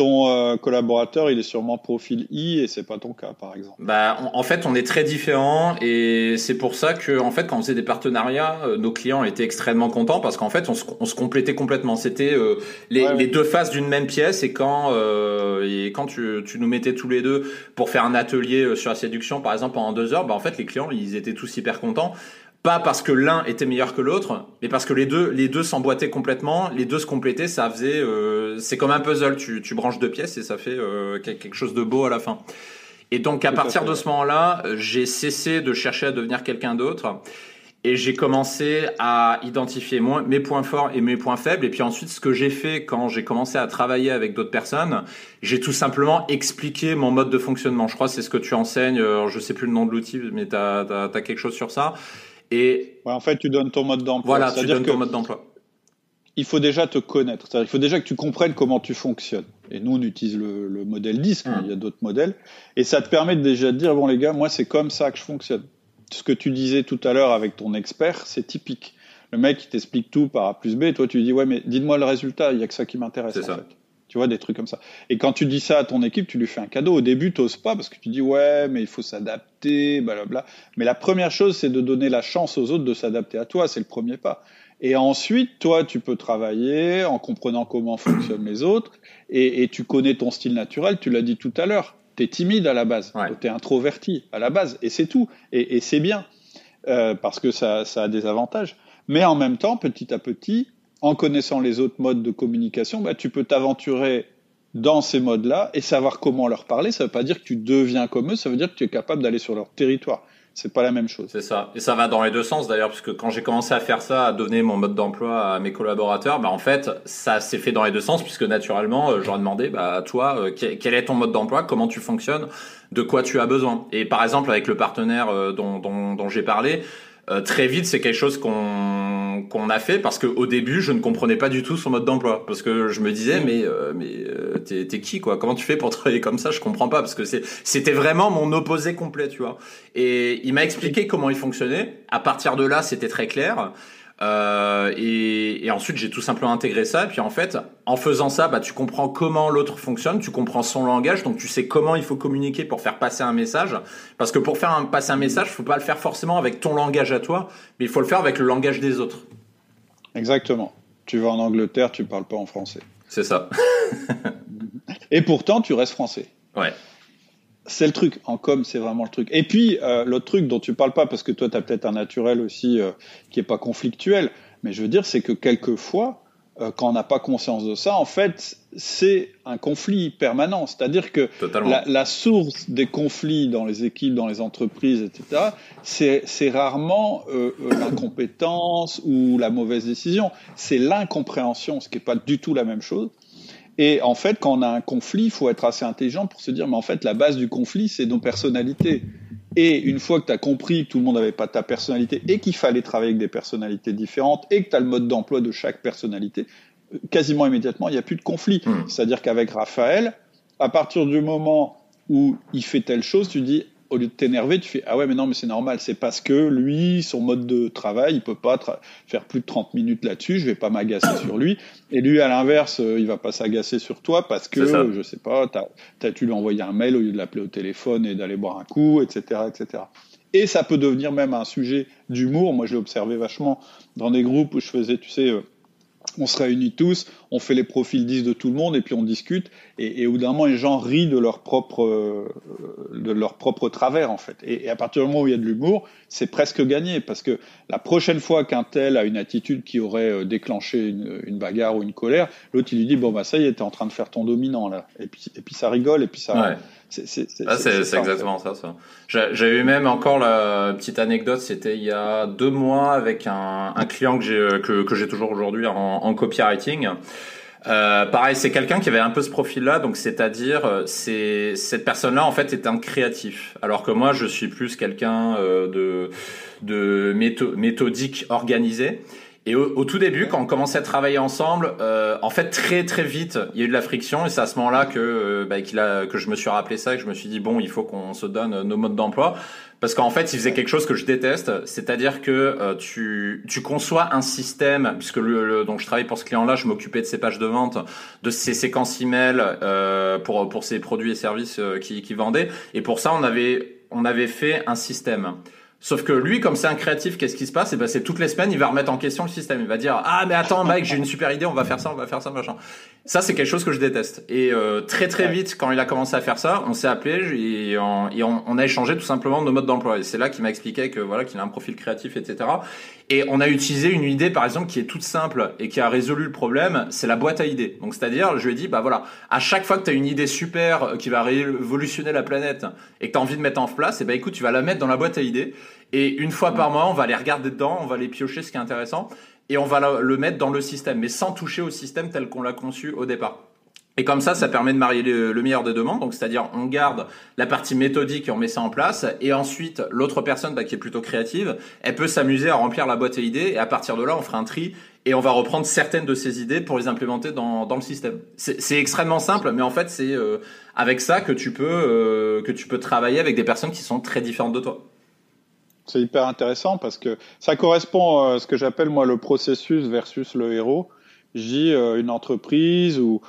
ton collaborateur, il est sûrement profil I et c'est pas ton cas, par exemple. En fait, on est très différents et c'est pour ça que, en fait, quand on faisait des partenariats, nos clients étaient extrêmement contents parce qu'en fait, on se complétait complètement. C'était les deux faces d'une même pièce et quand tu nous mettais tous les deux pour faire un atelier sur la séduction, par exemple, pendant 2 heures, en fait, les clients, ils étaient tous hyper contents. Pas parce que l'un était meilleur que l'autre, mais parce que les deux s'emboîtaient complètement, les deux se complétaient, ça faisait, c'est comme un puzzle, tu branches 2 pièces et ça fait quelque chose de beau à la fin. Et donc à partir de ce moment-là, j'ai cessé de chercher à devenir quelqu'un d'autre et j'ai commencé à identifier mes points forts et mes points faibles. Et puis ensuite, ce que j'ai fait quand j'ai commencé à travailler avec d'autres personnes, j'ai tout simplement expliqué mon mode de fonctionnement. Je crois que c'est ce que tu enseignes, je sais plus le nom de l'outil, mais t'as quelque chose sur ça. Et en fait, tu donnes ton mode d'emploi. Voilà, tu donnes ton mode d'emploi. Il faut déjà te connaître. C'est-à-dire, il faut déjà que tu comprennes comment tu fonctionnes. Et nous, on utilise le modèle 10, mais il y a d'autres modèles. Et ça te permet déjà de dire, bon les gars, moi, c'est comme ça que je fonctionne. Ce que tu disais tout à l'heure avec ton expert, c'est typique. Le mec, il t'explique tout par A plus B, et toi, tu lui dis, ouais, mais dites-moi le résultat, il y a que ça qui m'intéresse, en fait. Tu vois, des trucs comme ça. Et quand tu dis ça à ton équipe, tu lui fais un cadeau. Au début, t'oses pas parce que tu dis, ouais, mais il faut s'adapter, blablabla. Mais la première chose, c'est de donner la chance aux autres de s'adapter à toi. C'est le premier pas. Et ensuite, toi, tu peux travailler en comprenant comment fonctionnent les autres. Et tu connais ton style naturel. Tu l'as dit tout à l'heure. T'es timide à la base. Ouais. T'es introverti à la base. Et c'est tout. Et c'est bien. Parce que ça a des avantages. Mais en même temps, petit à petit, en connaissant les autres modes de communication, tu peux t'aventurer dans ces modes-là et savoir comment leur parler. Ça ne veut pas dire que tu deviens comme eux, ça veut dire que tu es capable d'aller sur leur territoire. C'est pas la même chose. C'est ça. Et ça va dans les deux sens d'ailleurs, parce que quand j'ai commencé à faire ça, à donner mon mode d'emploi à mes collaborateurs, en fait, ça s'est fait dans les deux sens, puisque naturellement, je leur ai demandé, toi, quel est ton mode d'emploi, comment tu fonctionnes, de quoi tu as besoin. Et par exemple, avec le partenaire dont j'ai parlé, très vite, c'est quelque chose qu'on a fait parce que au début, je ne comprenais pas du tout son mode d'emploi parce que je me disais t'es qui quoi ? Comment tu fais pour travailler comme ça ? Je comprends pas parce que c'était vraiment mon opposé complet, tu vois. Et il m'a expliqué comment il fonctionnait. À partir de là, c'était très clair. Et ensuite j'ai tout simplement intégré ça et puis en fait en faisant ça tu comprends comment l'autre fonctionne, tu comprends son langage, donc tu sais comment il faut communiquer pour faire passer un message, parce que pour passer un message faut pas le faire forcément avec ton langage à toi, mais il faut le faire avec le langage des autres. Exactement. Tu vas en Angleterre, tu parles pas en français. C'est ça. Et pourtant tu restes français. Ouais. C'est le truc, en com, c'est vraiment le truc. Et puis, l'autre truc dont tu parles pas, parce que toi, tu as peut-être un naturel aussi qui est pas conflictuel, mais je veux dire, c'est que quelquefois, quand on n'a pas conscience de ça, en fait, c'est un conflit permanent. C'est-à-dire que la source des conflits dans les équipes, dans les entreprises, etc., c'est rarement l'incompétence ou la mauvaise décision. C'est l'incompréhension, ce qui n'est pas du tout la même chose. Et en fait, quand on a un conflit, il faut être assez intelligent pour se dire, mais en fait, la base du conflit, c'est nos personnalités. Et une fois que tu as compris que tout le monde n'avait pas ta personnalité et qu'il fallait travailler avec des personnalités différentes et que tu as le mode d'emploi de chaque personnalité, quasiment immédiatement, il n'y a plus de conflit. C'est-à-dire qu'avec Raphaël, à partir du moment où il fait telle chose, tu dis, au lieu de t'énerver, tu fais « Ah ouais, mais non, mais c'est normal, c'est parce que lui, son mode de travail, il peut pas faire plus de 30 minutes là-dessus, je vais pas m'agacer sur lui. Et lui, à l'inverse, il va pas s'agacer sur toi parce que, je sais pas, tu lui as envoyé un mail au lieu de l'appeler au téléphone et d'aller boire un coup, etc., etc. » Et ça peut devenir même un sujet d'humour. Moi, je l'ai observé vachement dans des groupes où je faisais, tu sais... on se réunit tous, on fait les profils 10 de tout le monde et puis on discute et au bout d'un moment les gens rient de leur propre travers en fait. Et à partir du moment où il y a de l'humour, c'est presque gagné parce que la prochaine fois qu'un tel a une attitude qui aurait déclenché une bagarre ou une colère, l'autre il lui dit bon bah ça y est, t'es en train de faire ton dominant là. Et puis ça rigole et puis ça. Ouais. C'est exactement ça. J'ai eu même encore la petite anecdote, c'était il y a 2 mois avec un client que j'ai toujours aujourd'hui en copywriting. Pareil, c'est quelqu'un qui avait un peu ce profil-là, donc c'est-à-dire, cette personne-là en fait est un créatif, alors que moi je suis plus quelqu'un de méthodique, organisé. Et au tout début, quand on commençait à travailler ensemble, en fait très très vite, il y a eu de la friction et c'est à ce moment-là que je me suis rappelé ça et que je me suis dit bon, il faut qu'on se donne nos modes d'emploi. Parce qu'en fait, il faisait quelque chose que je déteste, c'est-à-dire que tu conçois un système, puisque donc je travaille pour ce client-là, je m'occupais de ses pages de vente, de ses séquences email pour ses produits et services qu'il vendait, et pour ça on avait fait un système. Sauf que lui, comme c'est un créatif, qu'est-ce qui se passe? C'est toutes les semaines, il va remettre en question le système. Il va dire ah mais attends Mike, j'ai une super idée, on va faire ça, machin. Ça c'est quelque chose que je déteste. Et très vite, quand il a commencé à faire ça, on s'est appelé et on a échangé tout simplement nos modes d'emploi. Et c'est là qu'il m'a expliqué que voilà qu'il a un profil créatif, etc. Et on a utilisé une idée par exemple qui est toute simple et qui a résolu le problème, c'est la boîte à idées. Donc c'est-à-dire, je lui ai dit bah voilà, à chaque fois que tu as une idée super qui va révolutionner la planète et que tu as envie de mettre en place, et ben écoute, tu vas la mettre dans la boîte à idées. Et une fois par mois, on va aller regarder dedans, on va aller piocher ce qui est intéressant et on va le mettre dans le système, mais sans toucher au système tel qu'on l'a conçu au départ. Et comme ça permet de marier le meilleur des deux mondes. Donc, c'est-à-dire, on garde la partie méthodique et on met ça en place. Et ensuite, l'autre personne qui est plutôt créative, elle peut s'amuser à remplir la boîte à idées. Et à partir de là, on fera un tri et on va reprendre certaines de ces idées pour les implémenter dans le système. C'est extrêmement simple, mais en fait, c'est avec ça que tu peux travailler avec des personnes qui sont très différentes de toi. C'est hyper intéressant parce que ça correspond à ce que j'appelle moi le processus versus le héros. Je dis une entreprise ou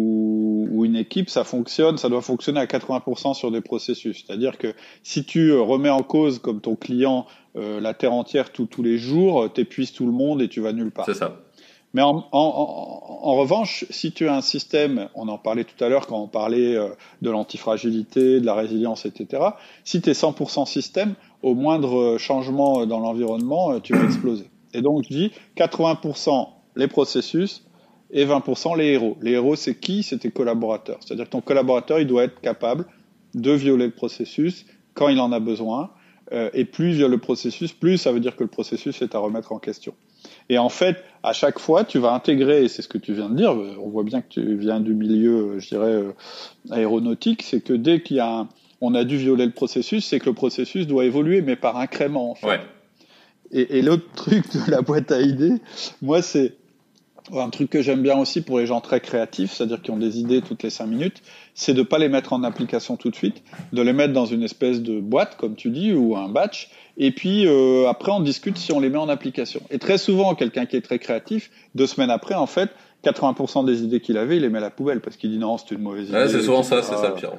une équipe, ça doit fonctionner à 80% sur des processus. C'est-à-dire que si tu remets en cause comme ton client la terre entière tous les jours, t'épuises tout le monde et tu vas nulle part. C'est ça. Mais en revanche, si tu as un système, on en parlait tout à l'heure quand on parlait de l'antifragilité, de la résilience, etc. Si tu es 100% système, au moindre changement dans l'environnement, tu vas exploser. Et donc, je dis 80% les processus et 20% les héros. Les héros, c'est qui? C'est tes collaborateurs. C'est-à-dire que ton collaborateur, il doit être capable de violer le processus quand il en a besoin. Et plus il viole le processus, plus ça veut dire que le processus est à remettre en question. Et en fait, à chaque fois, tu vas intégrer, et c'est ce que tu viens de dire, on voit bien que tu viens du milieu, je dirais, aéronautique, c'est que dès on a dû violer le processus, c'est que le processus doit évoluer, mais par incrément, en fait. Ouais. Et l'autre truc de la boîte à idées, moi, c'est un truc que j'aime bien aussi pour les gens très créatifs, c'est-à-dire qui ont des idées toutes les 5 minutes, c'est de pas les mettre en application tout de suite, de les mettre dans une espèce de boîte, comme tu dis, ou un batch, et puis après on discute si on les met en application. Et très souvent, quelqu'un qui est très créatif, 2 semaines après, en fait, 80% des idées qu'il avait, il les met à la poubelle, parce qu'il dit non, c'est une mauvaise idée. Ouais, c'est souvent ça, c'est ça le pire.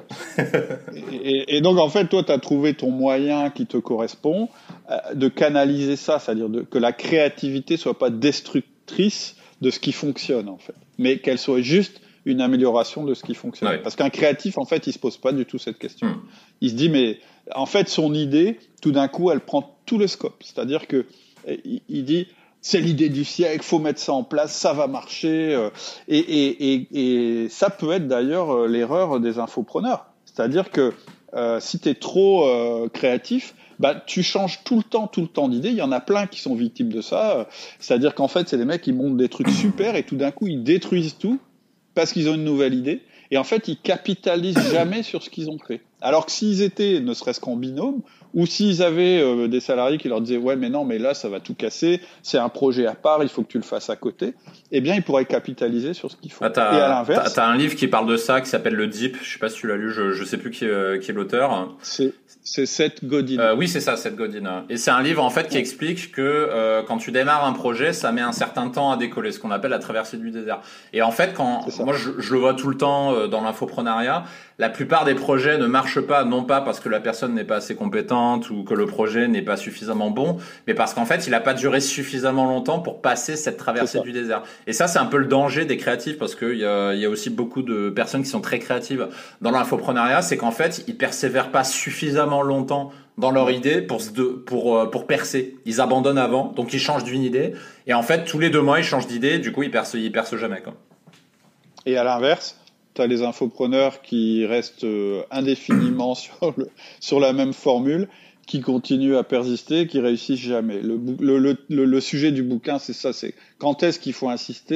et donc en fait, toi, tu as trouvé ton moyen qui te correspond, de canaliser ça, c'est-à-dire que la créativité soit pas destructrice de ce qui fonctionne, en fait, mais qu'elle soit juste une amélioration de ce qui fonctionne. Ouais. Parce qu'un créatif, en fait, il se pose pas du tout cette question. Il se dit, mais en fait, son idée, tout d'un coup, elle prend tout le scope. C'est-à-dire que il dit, c'est l'idée du siècle, faut mettre ça en place, ça va marcher. Et ça peut être d'ailleurs l'erreur des infopreneurs. C'est-à-dire que si tu es trop créatif, tu changes tout le temps d'idées. Il y en a plein qui sont victimes de ça. C'est-à-dire qu'en fait, c'est des mecs qui montent des trucs super et tout d'un coup, ils détruisent tout parce qu'ils ont une nouvelle idée. Et en fait, ils capitalisent jamais sur ce qu'ils ont fait. Alors que s'ils étaient, ne serait-ce qu'en binôme, ou s'ils avaient des salariés qui leur disaient « Ouais, mais non, mais là, ça va tout casser, c'est un projet à part, il faut que tu le fasses à côté », eh bien, ils pourraient capitaliser sur ce qu'ils font. Et à l'inverse... T'as un livre qui parle de ça, qui s'appelle Le Deep. Je sais pas si tu l'as lu, je sais plus qui est l'auteur. C'est Seth Godin. Oui, c'est ça, Seth Godin. Et c'est un livre, en fait, qui explique que quand tu démarres un projet, ça met un certain temps à décoller, ce qu'on appelle la traversée du désert. Et en fait, moi, je le vois tout le temps dans l'infoprenariat, la plupart des projets ne marchent pas, non pas parce que la personne n'est pas assez compétente ou que le projet n'est pas suffisamment bon, mais parce qu'en fait, il n'a pas duré suffisamment longtemps pour passer cette traversée du désert. Et ça, c'est un peu le danger des créatifs, parce qu'il y a aussi beaucoup de personnes qui sont très créatives dans l'infoprenariat, c'est qu'en fait, ils persévèrent pas suffisamment longtemps dans leur idée pour percer. Ils abandonnent avant, donc ils changent d'une idée, et en fait, tous les 2 mois, ils changent d'idée, du coup, ils percent jamais, quoi. Et à l'inverse, tu as les infopreneurs qui restent indéfiniment sur la même formule, qui continuent à persister, qui réussissent jamais. Le sujet du bouquin, c'est ça, c'est quand est-ce qu'il faut insister,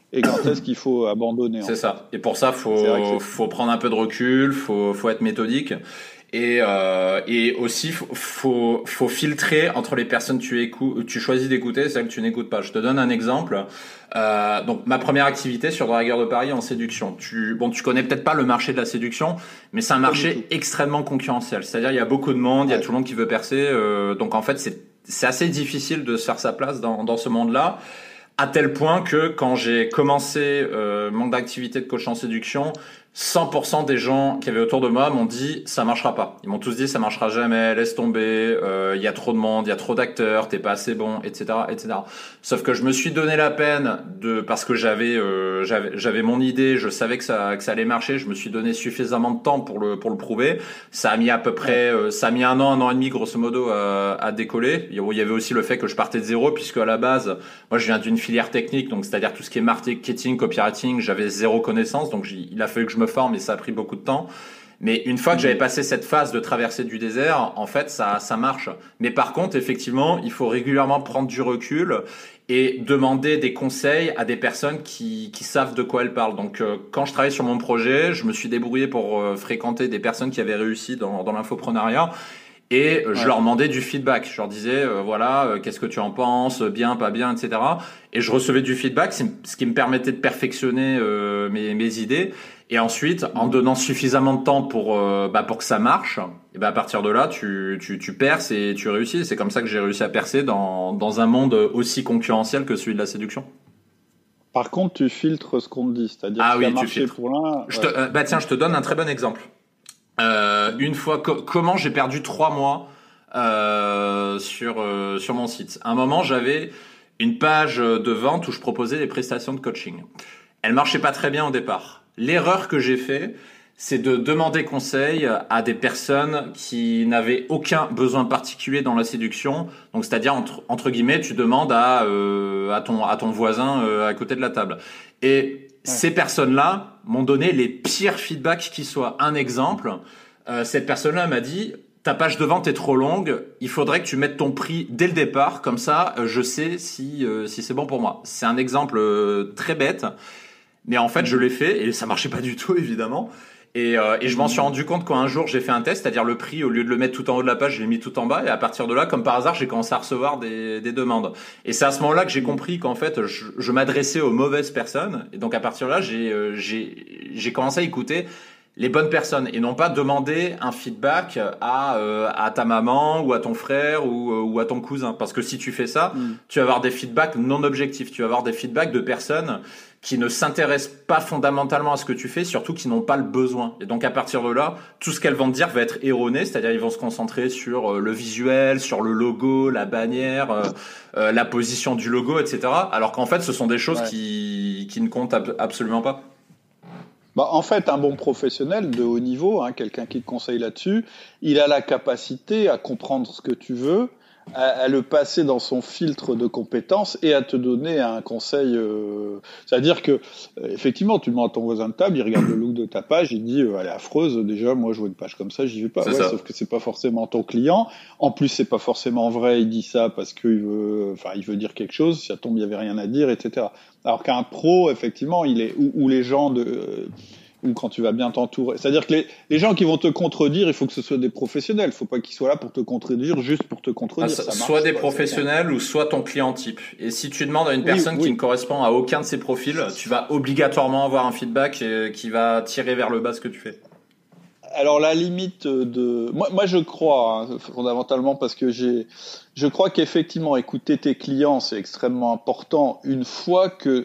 et quand est-ce qu'il faut abandonner. C'est ça. Et pour ça, faut prendre un peu de recul, faut être méthodique. Et aussi faut filtrer entre les personnes que tu choisis d'écouter et celles que tu n'écoutes pas. Je te donne un exemple. Donc ma première activité sur Dragueur de Paris en séduction. Tu connais peut-être pas le marché de la séduction, mais c'est un marché extrêmement concurrentiel. C'est-à-dire il y a beaucoup de monde, il y a tout le monde qui veut percer. Donc en fait c'est assez difficile de se faire sa place dans ce monde-là. À tel point que quand j'ai commencé mon activité de coach en séduction, 100% des gens qui avaient autour de moi m'ont dit ça marchera pas. Ils m'ont tous dit ça marchera jamais, laisse tomber, il y a trop de monde, il y a trop d'acteurs, t'es pas assez bon, etc., etc. Sauf que je me suis donné la peine parce que j'avais mon idée, je savais que ça allait marcher, je me suis donné suffisamment de temps pour le prouver. Ça a mis à peu près, ça a mis un an et demi grosso modo à décoller. Il y avait aussi le fait que je partais de zéro puisque à la base, moi je viens d'une filière technique, donc c'est-à-dire tout ce qui est marketing, copywriting, j'avais zéro connaissance, donc il a fallu que je me forme et ça a pris beaucoup de temps. Mais une fois que j'avais passé cette phase de traversée du désert, en fait, ça marche. Mais par contre, effectivement, il faut régulièrement prendre du recul et demander des conseils à des personnes qui savent de quoi elles parlent. Donc, quand je travaillais sur mon projet, je me suis débrouillé pour fréquenter des personnes qui avaient réussi dans l'infoprenariat. Et je leur demandais du feedback. Je leur disais, qu'est-ce que tu en penses, bien, pas bien, etc. Et je recevais du feedback, ce qui me permettait de perfectionner mes idées. Et ensuite, en donnant suffisamment de temps pour que ça marche, et à partir de là, tu perces et tu réussis. C'est comme ça que j'ai réussi à percer dans un monde aussi concurrentiel que celui de la séduction. Par contre, tu filtres ce qu'on te dit, c'est-à-dire que ça a marché pour l'un. Je te donne un très bon exemple. Une fois, comment j'ai perdu 3 mois sur mon site. À un moment, j'avais une page de vente où je proposais des prestations de coaching. Elle marchait pas très bien au départ. L'erreur que j'ai fait, c'est de demander conseil à des personnes qui n'avaient aucun besoin particulier dans la séduction. Donc, c'est-à-dire entre guillemets, tu demandes à ton voisin à côté de la table. Et ces personnes-là m'ont donné les pires feedbacks qui soient. Un exemple, cette personne-là m'a dit ta page de vente est trop longue, il faudrait que tu mettes ton prix dès le départ, comme ça je sais si c'est bon pour moi. C'est un exemple très bête, mais en fait je l'ai fait et ça marchait pas du tout évidemment. Et je m'en suis rendu compte quand un jour j'ai fait un test, c'est-à-dire le prix, au lieu de le mettre tout en haut de la page, je l'ai mis tout en bas, et à partir de là, comme par hasard, j'ai commencé à recevoir des demandes. Et c'est à ce moment-là que j'ai compris qu'en fait, je m'adressais aux mauvaises personnes, et donc à partir de là, j'ai commencé à écouter les bonnes personnes et non pas demander un feedback à ta maman ou à ton frère ou à ton cousin, parce que si tu fais ça, tu vas avoir des feedbacks non objectifs, tu vas avoir des feedbacks de personnes qui ne s'intéressent pas fondamentalement à ce que tu fais, surtout qui n'ont pas le besoin. Et donc à partir de là, tout ce qu'elles vont te dire va être erroné, c'est-à-dire ils vont se concentrer sur le visuel, sur le logo, la bannière, la position du logo, etc. Alors qu'en fait, ce sont des choses qui ne comptent absolument pas. En fait, un bon professionnel de haut niveau, quelqu'un qui te conseille là-dessus, il a la capacité à comprendre ce que tu veux, à le passer dans son filtre de compétences et à te donner un conseil. C'est-à-dire que, effectivement, tu demandes à ton voisin de table, il regarde le look de ta page, il dit elle est affreuse, déjà, moi je vois une page comme ça, j'y vais pas. Sauf que c'est pas forcément ton client. En plus, c'est pas forcément vrai, il dit ça parce qu'il veut dire quelque chose, si ça tombe, il y avait rien à dire, etc. Alors qu'un pro, effectivement, il est, ou les gens ou quand tu vas bien t'entourer. C'est-à-dire que les gens qui vont te contredire, il faut que ce soit des professionnels. Il ne faut pas qu'ils soient là pour te contredire, juste pour te contredire. Soit des professionnels ou soit ton client type. Et si tu demandes à une personne qui ne correspond à aucun de ces profils, tu vas obligatoirement avoir un feedback qui va tirer vers le bas ce que tu fais. Alors la limite de... Moi je crois, fondamentalement, parce que je crois qu'effectivement, écouter tes clients, c'est extrêmement important une fois que...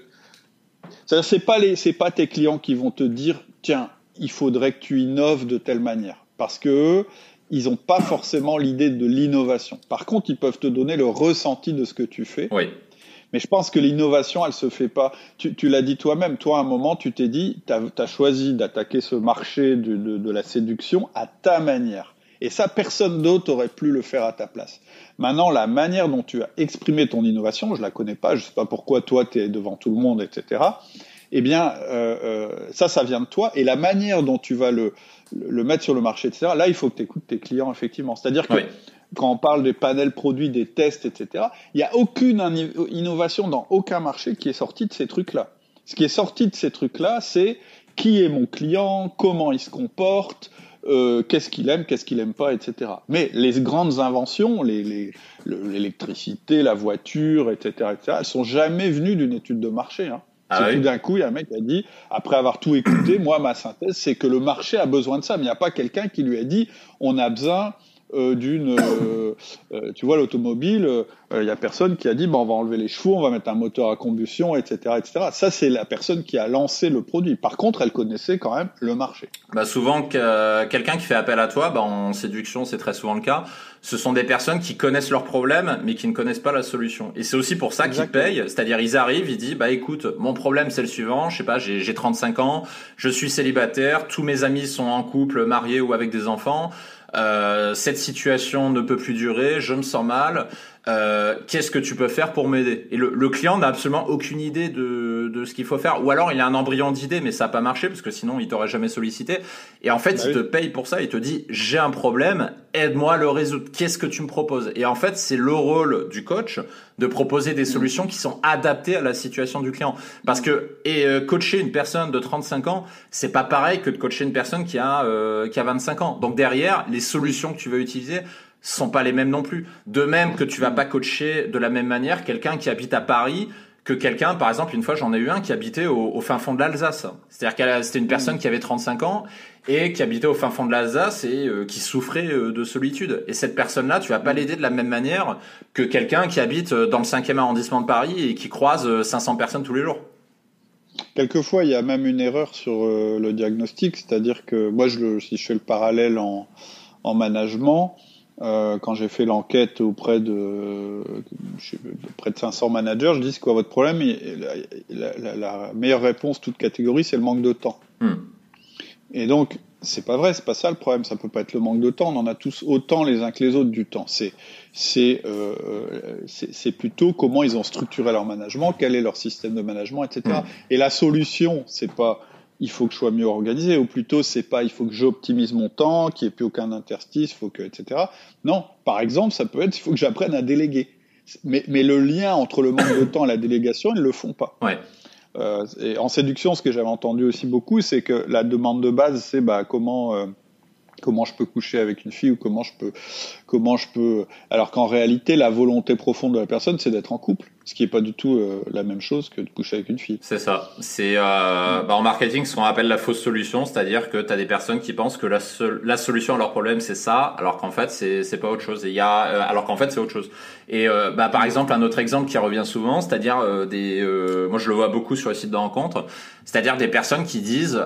C'est pas tes clients qui vont te dire tiens, il faudrait que tu innoves de telle manière, parce que eux, ils n'ont pas forcément l'idée de l'innovation. Par contre, ils peuvent te donner le ressenti de ce que tu fais. Oui. Mais je pense que l'innovation, elle se fait pas. Tu l'as dit toi-même. Toi, à un moment, tu t'es dit, t'as choisi d'attaquer ce marché de la séduction à ta manière. Et ça, personne d'autre aurait pu le faire à ta place. Maintenant, la manière dont tu as exprimé ton innovation, je la connais pas, je sais pas pourquoi toi, tu es devant tout le monde, etc. Eh bien, ça vient de toi. Et la manière dont tu vas le mettre sur le marché, etc., là, il faut que tu écoutes tes clients, effectivement. C'est-à-dire que quand on parle des panels produits, des tests, etc., il n'y a aucune innovation dans aucun marché qui est sorti de ces trucs-là. Ce qui est sorti de ces trucs-là, c'est qui est mon client, comment il se comporte, qu'est-ce qu'il aime pas, etc. Mais les grandes inventions, l'électricité, la voiture, etc., elles sont jamais venues d'une étude de marché. Hein. Tout d'un coup, il y a un mec qui a dit, après avoir tout écouté, moi, ma synthèse, c'est que le marché a besoin de ça. Mais il n'y a pas quelqu'un qui lui a dit, on a besoin tu vois, l'automobile, il y a personne qui a dit, on va enlever les chevaux, on va mettre un moteur à combustion, etc., etc. Ça, c'est la personne qui a lancé le produit. Par contre, elle connaissait quand même le marché. Souvent, quelqu'un qui fait appel à toi, en séduction, c'est très souvent le cas. Ce sont des personnes qui connaissent leurs problèmes, mais qui ne connaissent pas la solution. Et c'est aussi pour ça qu'ils payent. C'est-à-dire, ils arrivent, ils disent, écoute, mon problème, c'est le suivant. Je sais pas, j'ai 35 ans, je suis célibataire, tous mes amis sont en couple, mariés ou avec des enfants. Cette situation ne peut plus durer, je me sens mal. Qu'est-ce que tu peux faire pour m'aider? Et le client n'a absolument aucune idée de ce qu'il faut faire, ou alors il a un embryon d'idée, mais ça n'a pas marché parce que sinon il t'aurait jamais sollicité. Et en fait, il te paye pour ça, il te dit j'ai un problème, aide-moi à le résoudre. Qu'est-ce que tu me proposes? Et en fait, c'est le rôle du coach de proposer des solutions qui sont adaptées à la situation du client. Parce que coacher une personne de 35 ans, c'est pas pareil que de coacher une personne qui a 25 ans. Donc derrière, les solutions que tu vas utiliser sont pas les mêmes non plus. De même que tu vas pas coacher de la même manière quelqu'un qui habite à Paris que quelqu'un, par exemple, une fois j'en ai eu un qui habitait au fin fond de l'Alsace. C'est-à-dire que c'était une personne qui avait 35 ans et qui habitait au fin fond de l'Alsace et qui souffrait de solitude. Et cette personne-là, tu vas pas l'aider de la même manière que quelqu'un qui habite dans le 5e arrondissement de Paris et qui croise 500 personnes tous les jours. Quelquefois, il y a même une erreur sur le diagnostic, c'est-à-dire que moi, si je fais le parallèle en management, quand j'ai fait l'enquête auprès de 500 managers, je dis c'est quoi votre problème? La meilleure réponse, toute catégorie, c'est le manque de temps. Et donc, c'est pas vrai, c'est pas ça le problème. Ça peut pas être le manque de temps. On en a tous autant les uns que les autres du temps. C'est plutôt comment ils ont structuré leur management, quel est leur système de management, etc. Et la solution, c'est pas il faut que je sois mieux organisé, ou plutôt c'est pas il faut que j'optimise mon temps, qu'il n'y ait plus aucun interstice, etc. Non, par exemple, ça peut être il faut que j'apprenne à déléguer. Mais le lien entre le manque de temps et la délégation, ils le font pas. Ouais. Et en séduction, ce que j'avais entendu aussi beaucoup, c'est que la demande de base, c'est comment je peux coucher avec une fille ou comment je peux, alors qu'en réalité, la volonté profonde de la personne, c'est d'être en couple. Ce qui est pas du tout la même chose que de coucher avec une fille. C'est ça. C'est en marketing ce qu'on appelle la fausse solution, c'est-à-dire que tu as des personnes qui pensent que la solution à leur problème c'est ça, alors qu'en fait c'est pas autre chose. Et alors qu'en fait c'est autre chose. Et par exemple un autre exemple qui revient souvent, c'est-à-dire moi je le vois beaucoup sur les sites de rencontres, c'est-à-dire des personnes qui disent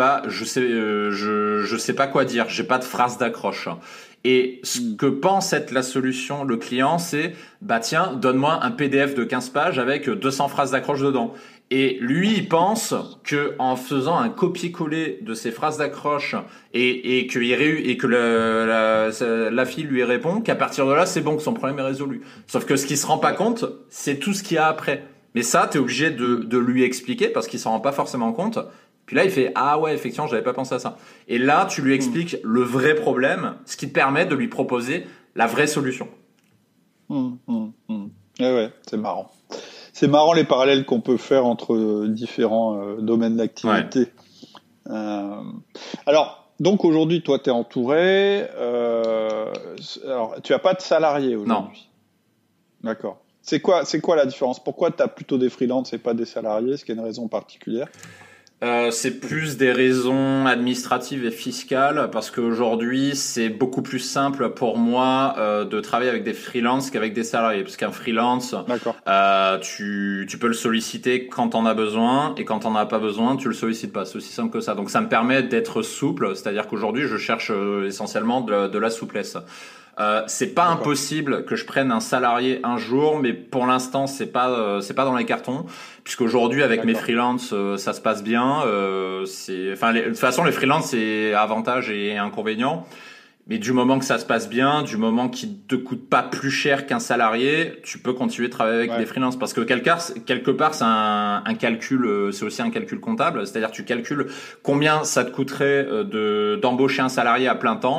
je sais pas quoi dire, j'ai pas de phrase d'accroche. Et ce que pense être la solution, le client, c'est tiens, donne-moi un PDF de 15 pages avec 200 phrases d'accroche dedans. Et lui, il pense que en faisant un copier-coller de ces phrases d'accroche et que la fille lui répond, qu'à partir de là, c'est bon, que son problème est résolu. Sauf que ce qu'il se rend pas compte, c'est tout ce qu'il y a après. Mais ça, t'es obligé de lui expliquer parce qu'il s'en rend pas forcément compte. Puis là, il fait « Ah ouais, effectivement, j'avais pas pensé à ça. » Et là, tu lui expliques le vrai problème, ce qui te permet de lui proposer la vraie solution. Ouais, c'est marrant. C'est marrant les parallèles qu'on peut faire entre différents domaines d'activité. Ouais. Alors, donc aujourd'hui, toi, tu es entouré. Alors, tu n'as pas de salariés aujourd'hui? Non. D'accord. C'est quoi la différence? Pourquoi tu as plutôt des freelances et pas des salariés? Est-ce qu'il y a une raison particulière? C'est plus des raisons administratives et fiscales parce qu'aujourd'hui c'est beaucoup plus simple pour moi de travailler avec des freelances qu'avec des salariés parce qu'un freelance tu peux le solliciter quand t'en as besoin et quand t'en as pas besoin tu le sollicites pas, c'est aussi simple que ça. Donc ça me permet d'être souple, c'est-à-dire qu'aujourd'hui je cherche essentiellement de la souplesse. C'est pas impossible que je prenne un salarié un jour, mais pour l'instant c'est pas dans les cartons, puisqu'aujourd'hui avec mes freelances ça se passe bien. De toute façon les freelances c'est avantages et inconvénients, mais du moment que ça se passe bien, du moment qu'il te coûte pas plus cher qu'un salarié, tu peux continuer de travailler avec des freelances parce que quelque part c'est un calcul, c'est aussi un calcul comptable, c'est-à-dire tu calcules combien ça te coûterait d'embaucher un salarié à plein temps.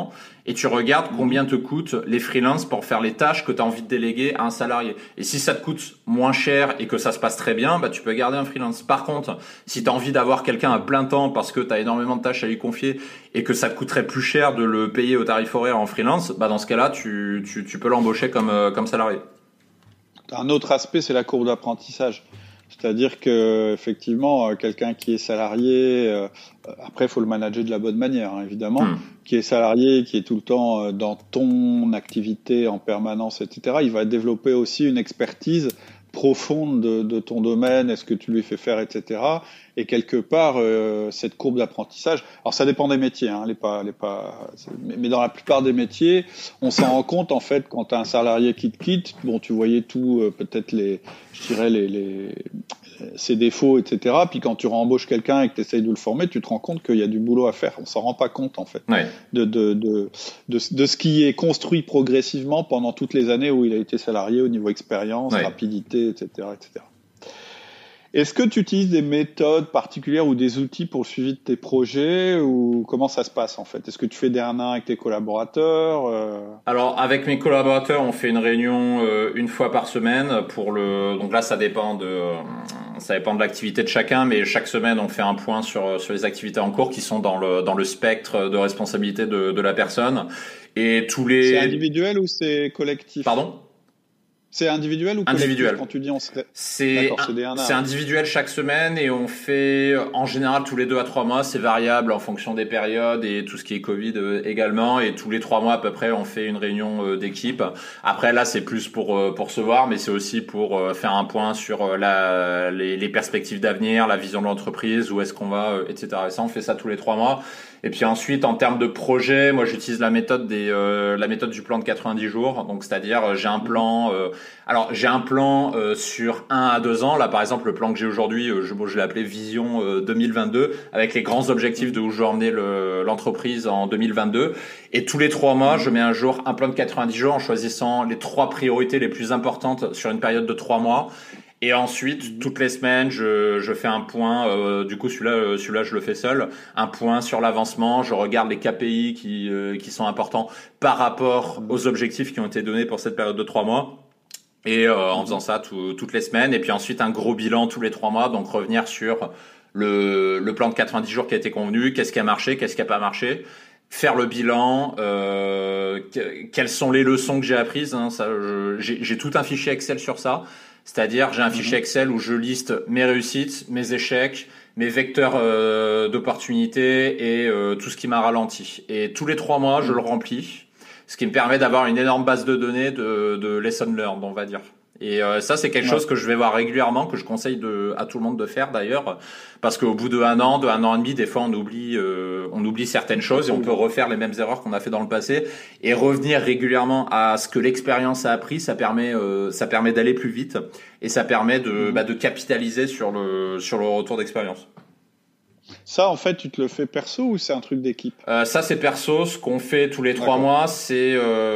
et tu regardes combien te coûtent les freelances pour faire les tâches que tu as envie de déléguer à un salarié. Et si ça te coûte moins cher et que ça se passe très bien, bah tu peux garder un freelance. Par contre, si tu as envie d'avoir quelqu'un à plein temps parce que tu as énormément de tâches à lui confier et que ça te coûterait plus cher de le payer au tarif horaire en freelance, bah dans ce cas-là, tu peux l'embaucher comme salarié. Un autre aspect, c'est la courbe d'apprentissage. C'est-à-dire que effectivement, quelqu'un qui est salarié, après il faut le manager de la bonne manière, hein, évidemment, qui est salarié, qui est tout le temps dans ton activité en permanence, etc. Il va développer aussi une expertise profonde de ton domaine, est-ce que tu lui fais faire, etc. Et quelque part, cette courbe d'apprentissage, alors ça dépend des métiers, hein, mais dans la plupart des métiers, on s'en rend compte en fait quand un salarié qui te quitte, bon, tu voyais tout, peut-être ses défauts, etc. Puis quand tu réembauches quelqu'un et que tu essayes de le former, tu te rends compte qu'il y a du boulot à faire. On s'en rend pas compte en fait de ce qui est construit progressivement pendant toutes les années où il a été salarié au niveau expérience, rapidité, etc., etc. Est-ce que tu utilises des méthodes particulières ou des outils pour le suivi de tes projets ou comment ça se passe en fait? Est-ce que tu fais des 1-1 avec tes collaborateurs? Alors avec mes collaborateurs, on fait une réunion une fois par semaine donc là ça dépend de l'activité de chacun, mais chaque semaine on fait un point sur les activités en cours qui sont dans le spectre de responsabilité de la personne et C'est individuel ou c'est collectif? Pardon? C'est individuel ou collectif? Individuel. Quand tu dis c'est individuel chaque semaine et on fait en général tous les 2 à 3 mois, c'est variable en fonction des périodes et tout ce qui est Covid également, et tous les 3 mois à peu près on fait une réunion d'équipe. Après là c'est plus pour se voir, mais c'est aussi pour faire un point sur les perspectives d'avenir, la vision de l'entreprise, où est-ce qu'on va, etc. Et ça on fait ça tous les 3 mois. Et puis ensuite, en termes de projet, moi j'utilise la méthode du plan de 90 jours. Donc c'est-à-dire j'ai un plan. J'ai un plan sur 1 à 2 ans. Là, par exemple, le plan que j'ai aujourd'hui, je l'ai appelé Vision 2022, avec les grands objectifs de où je veux emmener l'entreprise en 2022. Et tous les 3 mois, je mets à jour un plan de 90 jours en choisissant les 3 priorités les plus importantes sur une période de 3 mois. Et ensuite, toutes les semaines, je fais un point. Du coup, celui-là, je le fais seul. Un point sur l'avancement. Je regarde les KPI qui sont importants par rapport aux objectifs qui ont été donnés pour cette période de 3 mois. Et en faisant ça toutes les semaines. Et puis ensuite, un gros bilan tous les 3 mois. Donc revenir sur le plan de 90 jours qui a été convenu. Qu'est-ce qui a marché, qu'est-ce qui a pas marché. Faire le bilan, quelles sont les leçons que j'ai apprises. Hein, j'ai tout un fichier Excel sur ça. C'est-à-dire, j'ai un fichier Excel où je liste mes réussites, mes échecs, mes vecteurs d'opportunités et tout ce qui m'a ralenti. Et tous les 3 mois, je le remplis, ce qui me permet d'avoir une énorme base de données de lesson learned, on va dire. Et ça, c'est quelque chose que je vais voir régulièrement, que je conseille à tout le monde de faire d'ailleurs, parce qu'au bout de 1 an, de 1 an et demi, des fois on oublie certaines choses et on peut refaire les mêmes erreurs qu'on a fait dans le passé, et revenir régulièrement à ce que l'expérience a appris. Ça permet d'aller plus vite et ça permet de capitaliser sur le retour d'expérience. Ça, en fait, tu te le fais perso ou c'est un truc d'équipe? Ça, c'est perso. Ce qu'on fait tous les 3 mois, c'est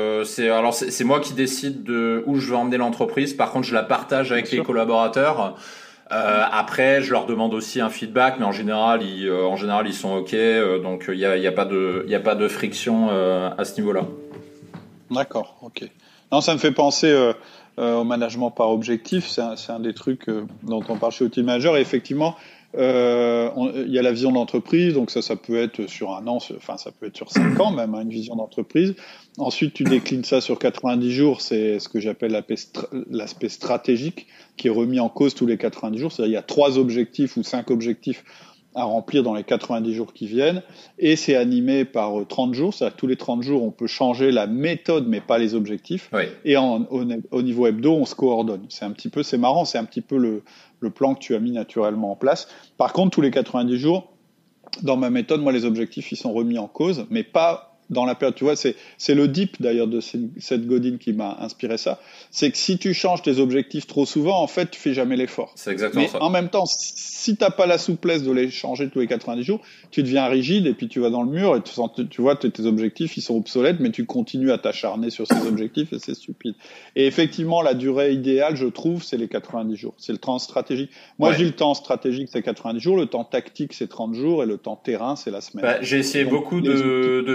moi qui décide de où je veux emmener l'entreprise. Par contre, je la partage avec les collaborateurs. Après, je leur demande aussi un feedback, mais en général, ils sont OK. Donc, il y a pas de friction à ce niveau-là. D'accord, OK. Non, ça me fait penser au management par objectif. C'est un des trucs dont on parle chez Outil Manager. Et effectivement, il y a la vision d'entreprise, donc ça peut être sur 1 an, enfin ça peut être sur 5 ans même, hein, une vision d'entreprise. Ensuite, tu déclines ça sur 90 jours, c'est ce que j'appelle l'aspect stratégique qui est remis en cause tous les 90 jours. C'est-à-dire il y a 3 objectifs ou 5 objectifs à remplir dans les 90 jours qui viennent, et c'est animé par 30 jours, c'est-à-dire que tous les 30 jours, on peut changer la méthode, mais pas les objectifs, et au niveau hebdo, on se coordonne. C'est marrant, c'est un petit peu le plan que tu as mis naturellement en place. Par contre, tous les 90 jours, dans ma méthode, moi, les objectifs, ils sont remis en cause, mais pas dans la période. Tu vois, c'est le DIP, d'ailleurs, de Seth Godin qui m'a inspiré ça. C'est que si tu changes tes objectifs trop souvent, en fait, tu fais jamais l'effort. C'est exactement ça. Mais en même temps, si t'as pas la souplesse de les changer tous les 90 jours, tu deviens rigide et puis tu vas dans le mur et tu vois, tes objectifs, ils sont obsolètes, mais tu continues à t'acharner sur ces objectifs et c'est stupide. Et effectivement, la durée idéale, je trouve, c'est les 90 jours. C'est le temps stratégique. Moi, je dis le temps stratégique, c'est 90 jours, le temps tactique, c'est 30 jours et le temps terrain, c'est la semaine. J'ai essayé beaucoup de méthodes.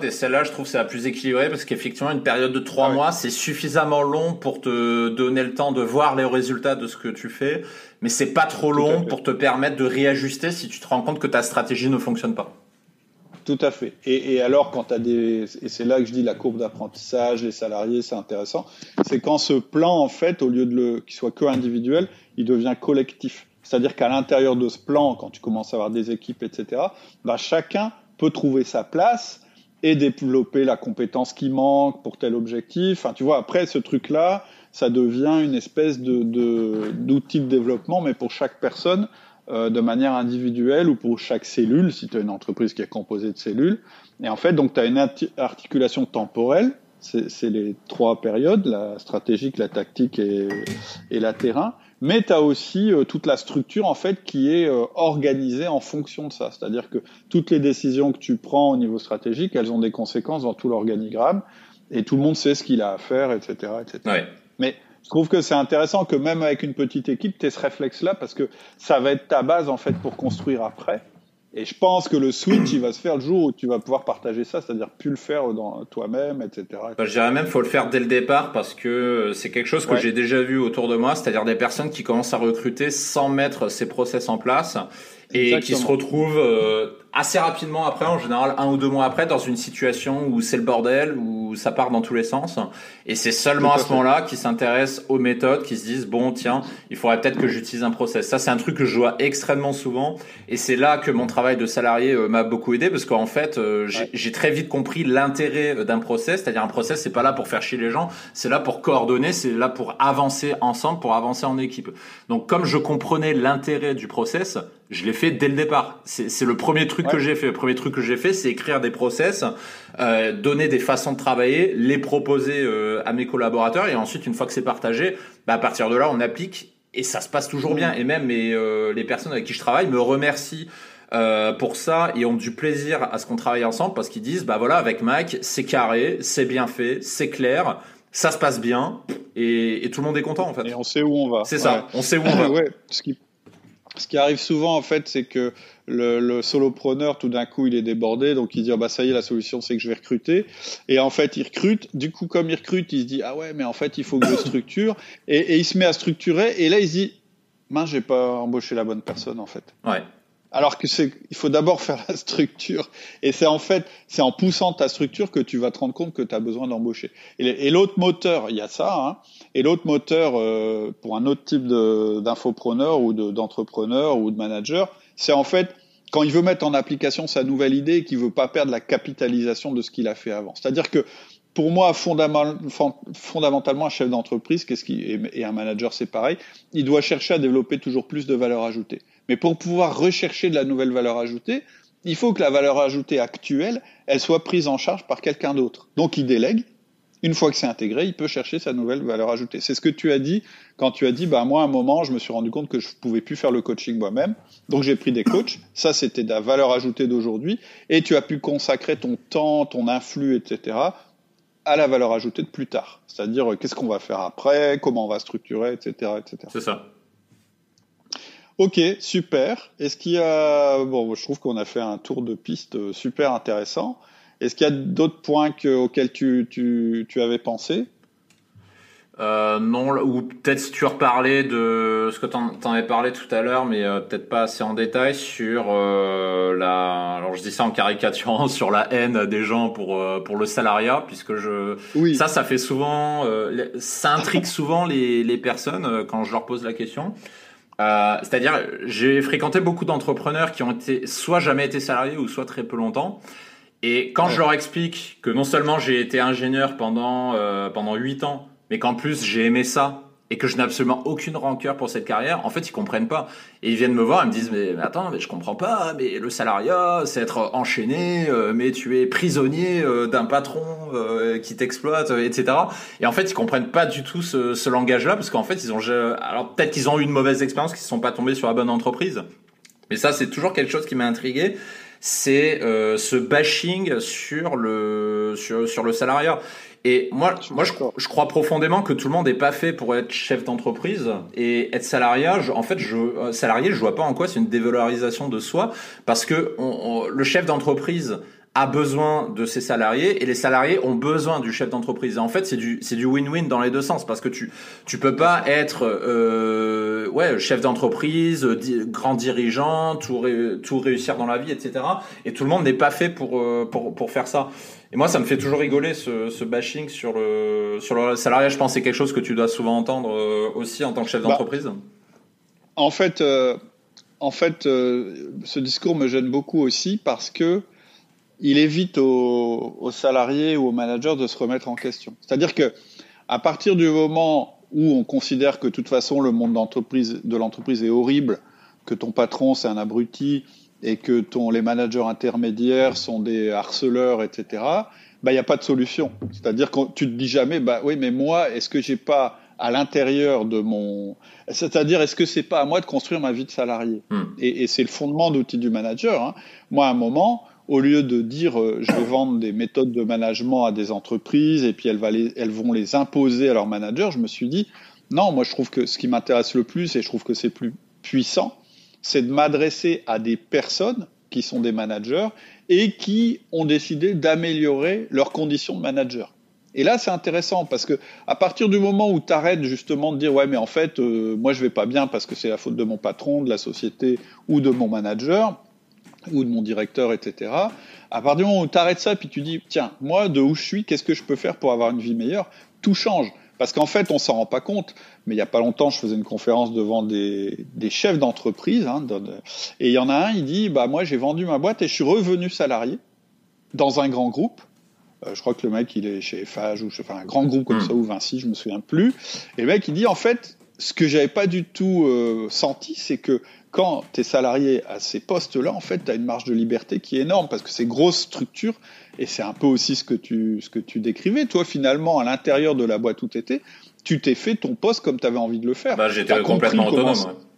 méthode, et celle-là, je trouve, c'est la plus équilibrée, parce qu'effectivement, une période de 3 mois, c'est suffisamment long pour te donner le temps de voir les résultats de ce que tu fais, mais c'est pas trop long pour te permettre de réajuster si tu te rends compte que ta stratégie ne fonctionne pas. Tout à fait. Et alors, quand tu as et c'est là que je dis la courbe d'apprentissage, les salariés, c'est intéressant, c'est quand ce plan, en fait, au lieu qu'il soit que individuel, il devient collectif. C'est-à-dire qu'à l'intérieur de ce plan, quand tu commences à avoir des équipes, etc., bah, chacun peut trouver sa place et développer la compétence qui manque pour tel objectif. Enfin, tu vois, après, ce truc-là, ça devient une espèce d'outil de développement, mais pour chaque personne, de manière individuelle ou pour chaque cellule, si tu as une entreprise qui est composée de cellules. Et en fait, donc, tu as une articulation temporelle, c'est les 3 périodes, la stratégique, la tactique et la terrain, mais tu as aussi toute la structure, en fait, qui est organisée en fonction de ça. C'est-à-dire que toutes les décisions que tu prends au niveau stratégique, elles ont des conséquences dans tout l'organigramme, et tout le monde sait ce qu'il a à faire, etc., etc. Ouais. Mais je trouve que c'est intéressant que même avec une petite équipe, tu aies ce réflexe-là, parce que ça va être ta base, en fait, pour construire après. Et je pense que le switch, il va se faire le jour où tu vas pouvoir partager ça, c'est-à-dire plus le faire dans toi-même, etc. Je dirais même faut le faire dès le départ, parce que c'est quelque chose que j'ai déjà vu autour de moi, c'est-à-dire des personnes qui commencent à recruter sans mettre ces process en place et qui se retrouvent assez rapidement après, en général 1 ou 2 mois après, dans une situation où c'est le bordel, où ça part dans tous les sens. Et c'est seulement à ce moment-là qu'ils s'intéressent aux méthodes, qu'ils se disent bon tiens, il faudrait peut-être que j'utilise un process. Ça c'est un truc que je vois extrêmement souvent, et c'est là que mon travail de salarié m'a beaucoup aidé, parce qu'en fait j'ai très vite compris l'intérêt d'un process. C'est-à-dire un process, c'est pas là pour faire chier les gens, c'est là pour coordonner, c'est là pour avancer ensemble, pour avancer en équipe. Donc comme je comprenais l'intérêt du process, je l'ai fait dès le départ. C'est le premier truc que j'ai fait. Le premier truc que j'ai fait, c'est écrire des process, donner des façons de travailler, les proposer à mes collaborateurs, et ensuite, une fois que c'est partagé, bah, à partir de là, on applique, et ça se passe toujours bien. Et même les personnes avec qui je travaille me remercient pour ça, et ont du plaisir à ce qu'on travaille ensemble, parce qu'ils disent bah voilà, avec Mike, c'est carré, c'est bien fait, c'est clair, ça se passe bien, et tout le monde est content en fait. Et on sait où on va. C'est ça, on sait où on va. Ouais. Ce qui arrive souvent, en fait, c'est que le solopreneur, tout d'un coup, il est débordé, donc il dit, bah, ça y est, la solution, c'est que je vais recruter. Et en fait, il recrute. Du coup, comme il recrute, il se dit, ah ouais, mais en fait, il faut que je structure. Et il se met à structurer. Et là, il se dit, mince, j'ai pas embauché la bonne personne, en fait. Ouais. Alors que il faut d'abord faire la structure. Et c'est en poussant ta structure que tu vas te rendre compte que tu as besoin d'embaucher. Et l'autre moteur, il y a ça, hein. Et l'autre moteur, pour un autre type d'infopreneur ou d'entrepreneur ou de manager, c'est en fait quand il veut mettre en application sa nouvelle idée et qu'il veut pas perdre la capitalisation de ce qu'il a fait avant. C'est-à-dire que, pour moi, fondamentalement, un chef d'entreprise, et un manager, c'est pareil, il doit chercher à développer toujours plus de valeur ajoutée. Mais pour pouvoir rechercher de la nouvelle valeur ajoutée, il faut que la valeur ajoutée actuelle, elle soit prise en charge par quelqu'un d'autre. Donc, il délègue. Une fois que c'est intégré, il peut chercher sa nouvelle valeur ajoutée. C'est ce que tu as dit quand tu as dit, bah, moi, à un moment, je me suis rendu compte que je pouvais plus faire le coaching moi-même. Donc, j'ai pris des coachs. Ça, c'était de la valeur ajoutée d'aujourd'hui. Et tu as pu consacrer ton temps, ton influx, etc., à la valeur ajoutée de plus tard. C'est-à-dire, qu'est-ce qu'on va faire après, comment on va structurer, etc., etc. C'est ça. Ok, super. Est-ce qu'il y a... Bon, je trouve qu'on a fait un tour de piste super intéressant. Est-ce qu'il y a d'autres points auxquels tu avais pensé ? Non, ou peut-être si tu reparlais de ce que t'en avais parlé tout à l'heure, mais peut-être pas assez en détail sur alors je dis ça en caricaturant, sur la haine des gens pour le salariat, puisque ça fait souvent, ça intrigue souvent les personnes quand je leur pose la question. C'est-à-dire, j'ai fréquenté beaucoup d'entrepreneurs qui ont soit jamais été salariés ou soit très peu longtemps. Et quand je leur explique que non seulement j'ai été ingénieur pendant 8 ans, mais qu'en plus j'ai aimé ça et que je n'ai absolument aucune rancœur pour cette carrière, en fait ils comprennent pas. Et ils viennent me voir et me disent mais attends, mais je comprends pas, mais le salariat c'est être enchaîné, mais tu es prisonnier d'un patron qui t'exploite, etc. Et en fait ils comprennent pas du tout ce langage-là, parce qu'en fait alors peut-être qu'ils ont eu une mauvaise expérience, qu'ils ne sont pas tombés sur la bonne entreprise. Mais ça c'est toujours quelque chose qui m'a intrigué. C'est ce bashing sur le salariat. Et moi je crois profondément que tout le monde n'est pas fait pour être chef d'entreprise et être salarié. Je vois pas en quoi c'est une dévalorisation de soi, parce que le chef d'entreprise a besoin de ses salariés et les salariés ont besoin du chef d'entreprise. Et en fait, c'est du win-win dans les deux sens parce que tu peux pas être chef d'entreprise, grand dirigeant, tout réussir dans la vie, etc. Et tout le monde n'est pas fait pour faire ça. Et moi, ça me fait toujours rigoler ce bashing sur le salariat. Je pense que c'est quelque chose que tu dois souvent entendre aussi en tant que chef d'entreprise. En fait, ce discours me gêne beaucoup aussi parce que il évite aux salariés ou aux managers de se remettre en question. C'est-à-dire que à partir du moment où on considère que de toute façon le monde de l'entreprise est horrible, que ton patron c'est un abruti et que les managers intermédiaires sont des harceleurs, etc., il n'y a pas de solution. C'est-à-dire que tu te dis jamais, oui, mais moi, est-ce que j'ai pas à l'intérieur de c'est-à-dire, est-ce que c'est pas à moi de construire ma vie de salarié ? Et c'est le fondement d'outils du manager. Hein. Moi, à un moment, au lieu de dire je vais vendre des méthodes de management à des entreprises et puis elles vont les imposer à leurs managers, je me suis dit non, moi je trouve que ce qui m'intéresse le plus et je trouve que c'est plus puissant, c'est de m'adresser à des personnes qui sont des managers et qui ont décidé d'améliorer leurs conditions de manager. Et là, c'est intéressant parce que à partir du moment où tu arrêtes justement de dire ouais, mais en fait, moi je vais pas bien parce que c'est la faute de mon patron, de la société ou de mon manager ou de mon directeur, etc. À partir du moment où tu arrêtes ça puis tu dis tiens, moi de où je suis, qu'est-ce que je peux faire pour avoir une vie meilleure ? Tout change. Parce qu'en fait, on s'en rend pas compte. Mais il y a pas longtemps, je faisais une conférence devant des chefs d'entreprise, et il y en a un, il dit moi j'ai vendu ma boîte et je suis revenu salarié dans un grand groupe. Je crois que le mec il est chez Eiffage ou un grand groupe comme ça ou Vinci, je me souviens plus. Et le mec il dit en fait, ce que j'avais pas du tout senti, c'est que quand tu es salarié à ces postes-là, en fait, tu as une marge de liberté qui est énorme parce que c'est grosse structure et c'est un peu aussi ce que tu décrivais. Toi, finalement, à l'intérieur de la boîte où tu étais, tu t'es fait ton poste comme tu avais envie de le faire. J'étais complètement autonome.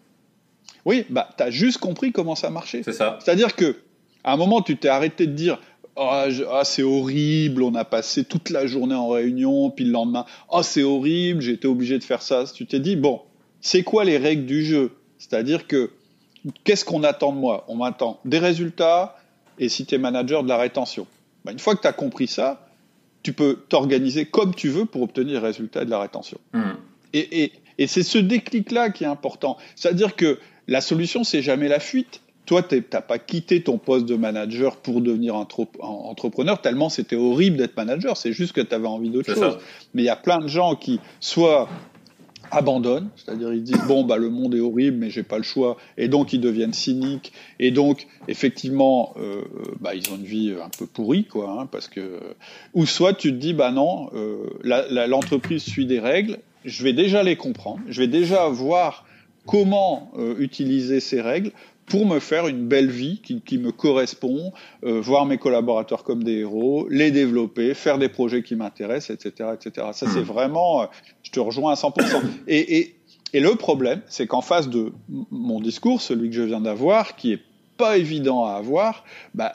Oui, tu as juste compris comment ça marchait. C'est ça. C'est-à-dire que à un moment, tu t'es arrêté de dire c'est horrible, on a passé toute la journée en réunion, puis le lendemain, c'est horrible, j'ai été obligé de faire ça. Tu t'es dit, bon, c'est quoi les règles du jeu ? C'est-à-dire que qu'est-ce qu'on attend de moi ? On m'attend des résultats et si tu es manager, de la rétention. Une fois que tu as compris ça, tu peux t'organiser comme tu veux pour obtenir des résultats et de la rétention. Et c'est ce déclic-là qui est important. C'est-à-dire que la solution, c'est jamais la fuite. Toi, tu n'as pas quitté ton poste de manager pour devenir entrepreneur, tellement c'était horrible d'être manager. C'est juste que tu avais envie d'autre chose. Mais il y a plein de gens qui, soit abandonnent, c'est-à-dire ils disent le monde est horrible mais j'ai pas le choix, et donc ils deviennent cyniques, et donc effectivement ils ont une vie un peu pourrie parce que, ou soit tu te dis non, l'entreprise suit des règles, je vais déjà les comprendre, je vais déjà voir comment utiliser ces règles pour me faire une belle vie qui me correspond, voir mes collaborateurs comme des héros, les développer, faire des projets qui m'intéressent, etc., etc. Ça, c'est vraiment, je te rejoins à 100%. Et le problème, c'est qu'en face de mon discours, celui que je viens d'avoir, qui est pas évident à avoir,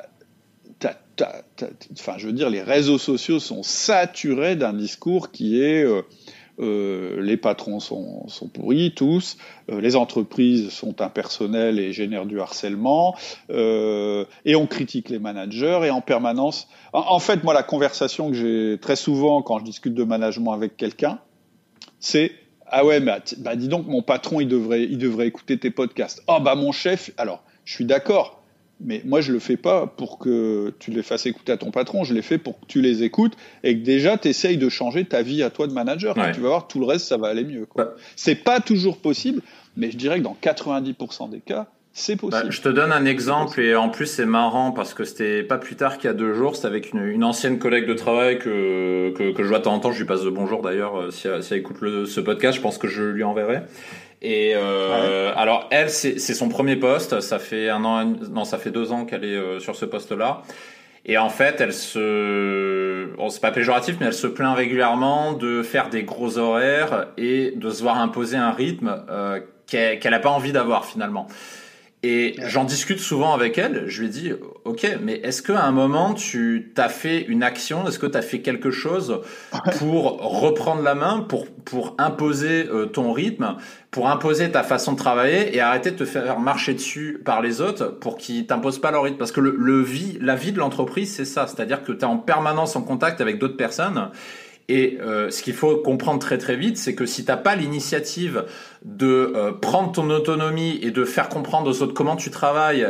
je veux dire, les réseaux sociaux sont saturés d'un discours qui est les patrons sont pourris tous, les entreprises sont impersonnelles et génèrent du harcèlement, et on critique les managers, et en permanence. En fait, moi, la conversation que j'ai très souvent quand je discute de management avec quelqu'un, c'est dis donc, mon patron, il devrait écouter tes podcasts. Mon chef, alors, je suis d'accord. Mais moi, je le fais pas pour que tu les fasses écouter à ton patron. Je les fais pour que tu les écoutes et que déjà, tu essayes de changer ta vie à toi de manager. Ouais. Tu vas voir, tout le reste, ça va aller mieux. C'est pas toujours possible, mais je dirais que dans 90% des cas, c'est possible. Je te donne un exemple et en plus, c'est marrant parce que c'était pas plus tard qu'il y a 2 jours. C'était avec une ancienne collègue de travail que je vois de temps en temps. Je lui passe de bonjour d'ailleurs. Si elle écoute ce podcast, je pense que je lui enverrai. Et alors elle, c'est son premier poste. Ça fait 2 ans qu'elle est sur ce poste-là. Et en fait, c'est pas péjoratif, mais elle se plaint régulièrement de faire des gros horaires et de se voir imposer un rythme qu'elle a pas envie d'avoir finalement. Et j'en discute souvent avec elle. Je lui ai dit, Ok, mais est-ce qu'à un moment, tu t'as fait une action, est-ce que tu as fait quelque chose pour reprendre la main, pour imposer ton rythme, pour imposer ta façon de travailler et arrêter de te faire marcher dessus par les autres pour qu'ils t'imposent pas leur rythme? Parce que la vie de l'entreprise, c'est ça, c'est-à-dire que tu es en permanence en contact avec d'autres personnes. Et ce qu'il faut comprendre très très vite, c'est que si t'as pas l'initiative de prendre ton autonomie et de faire comprendre aux autres comment tu travailles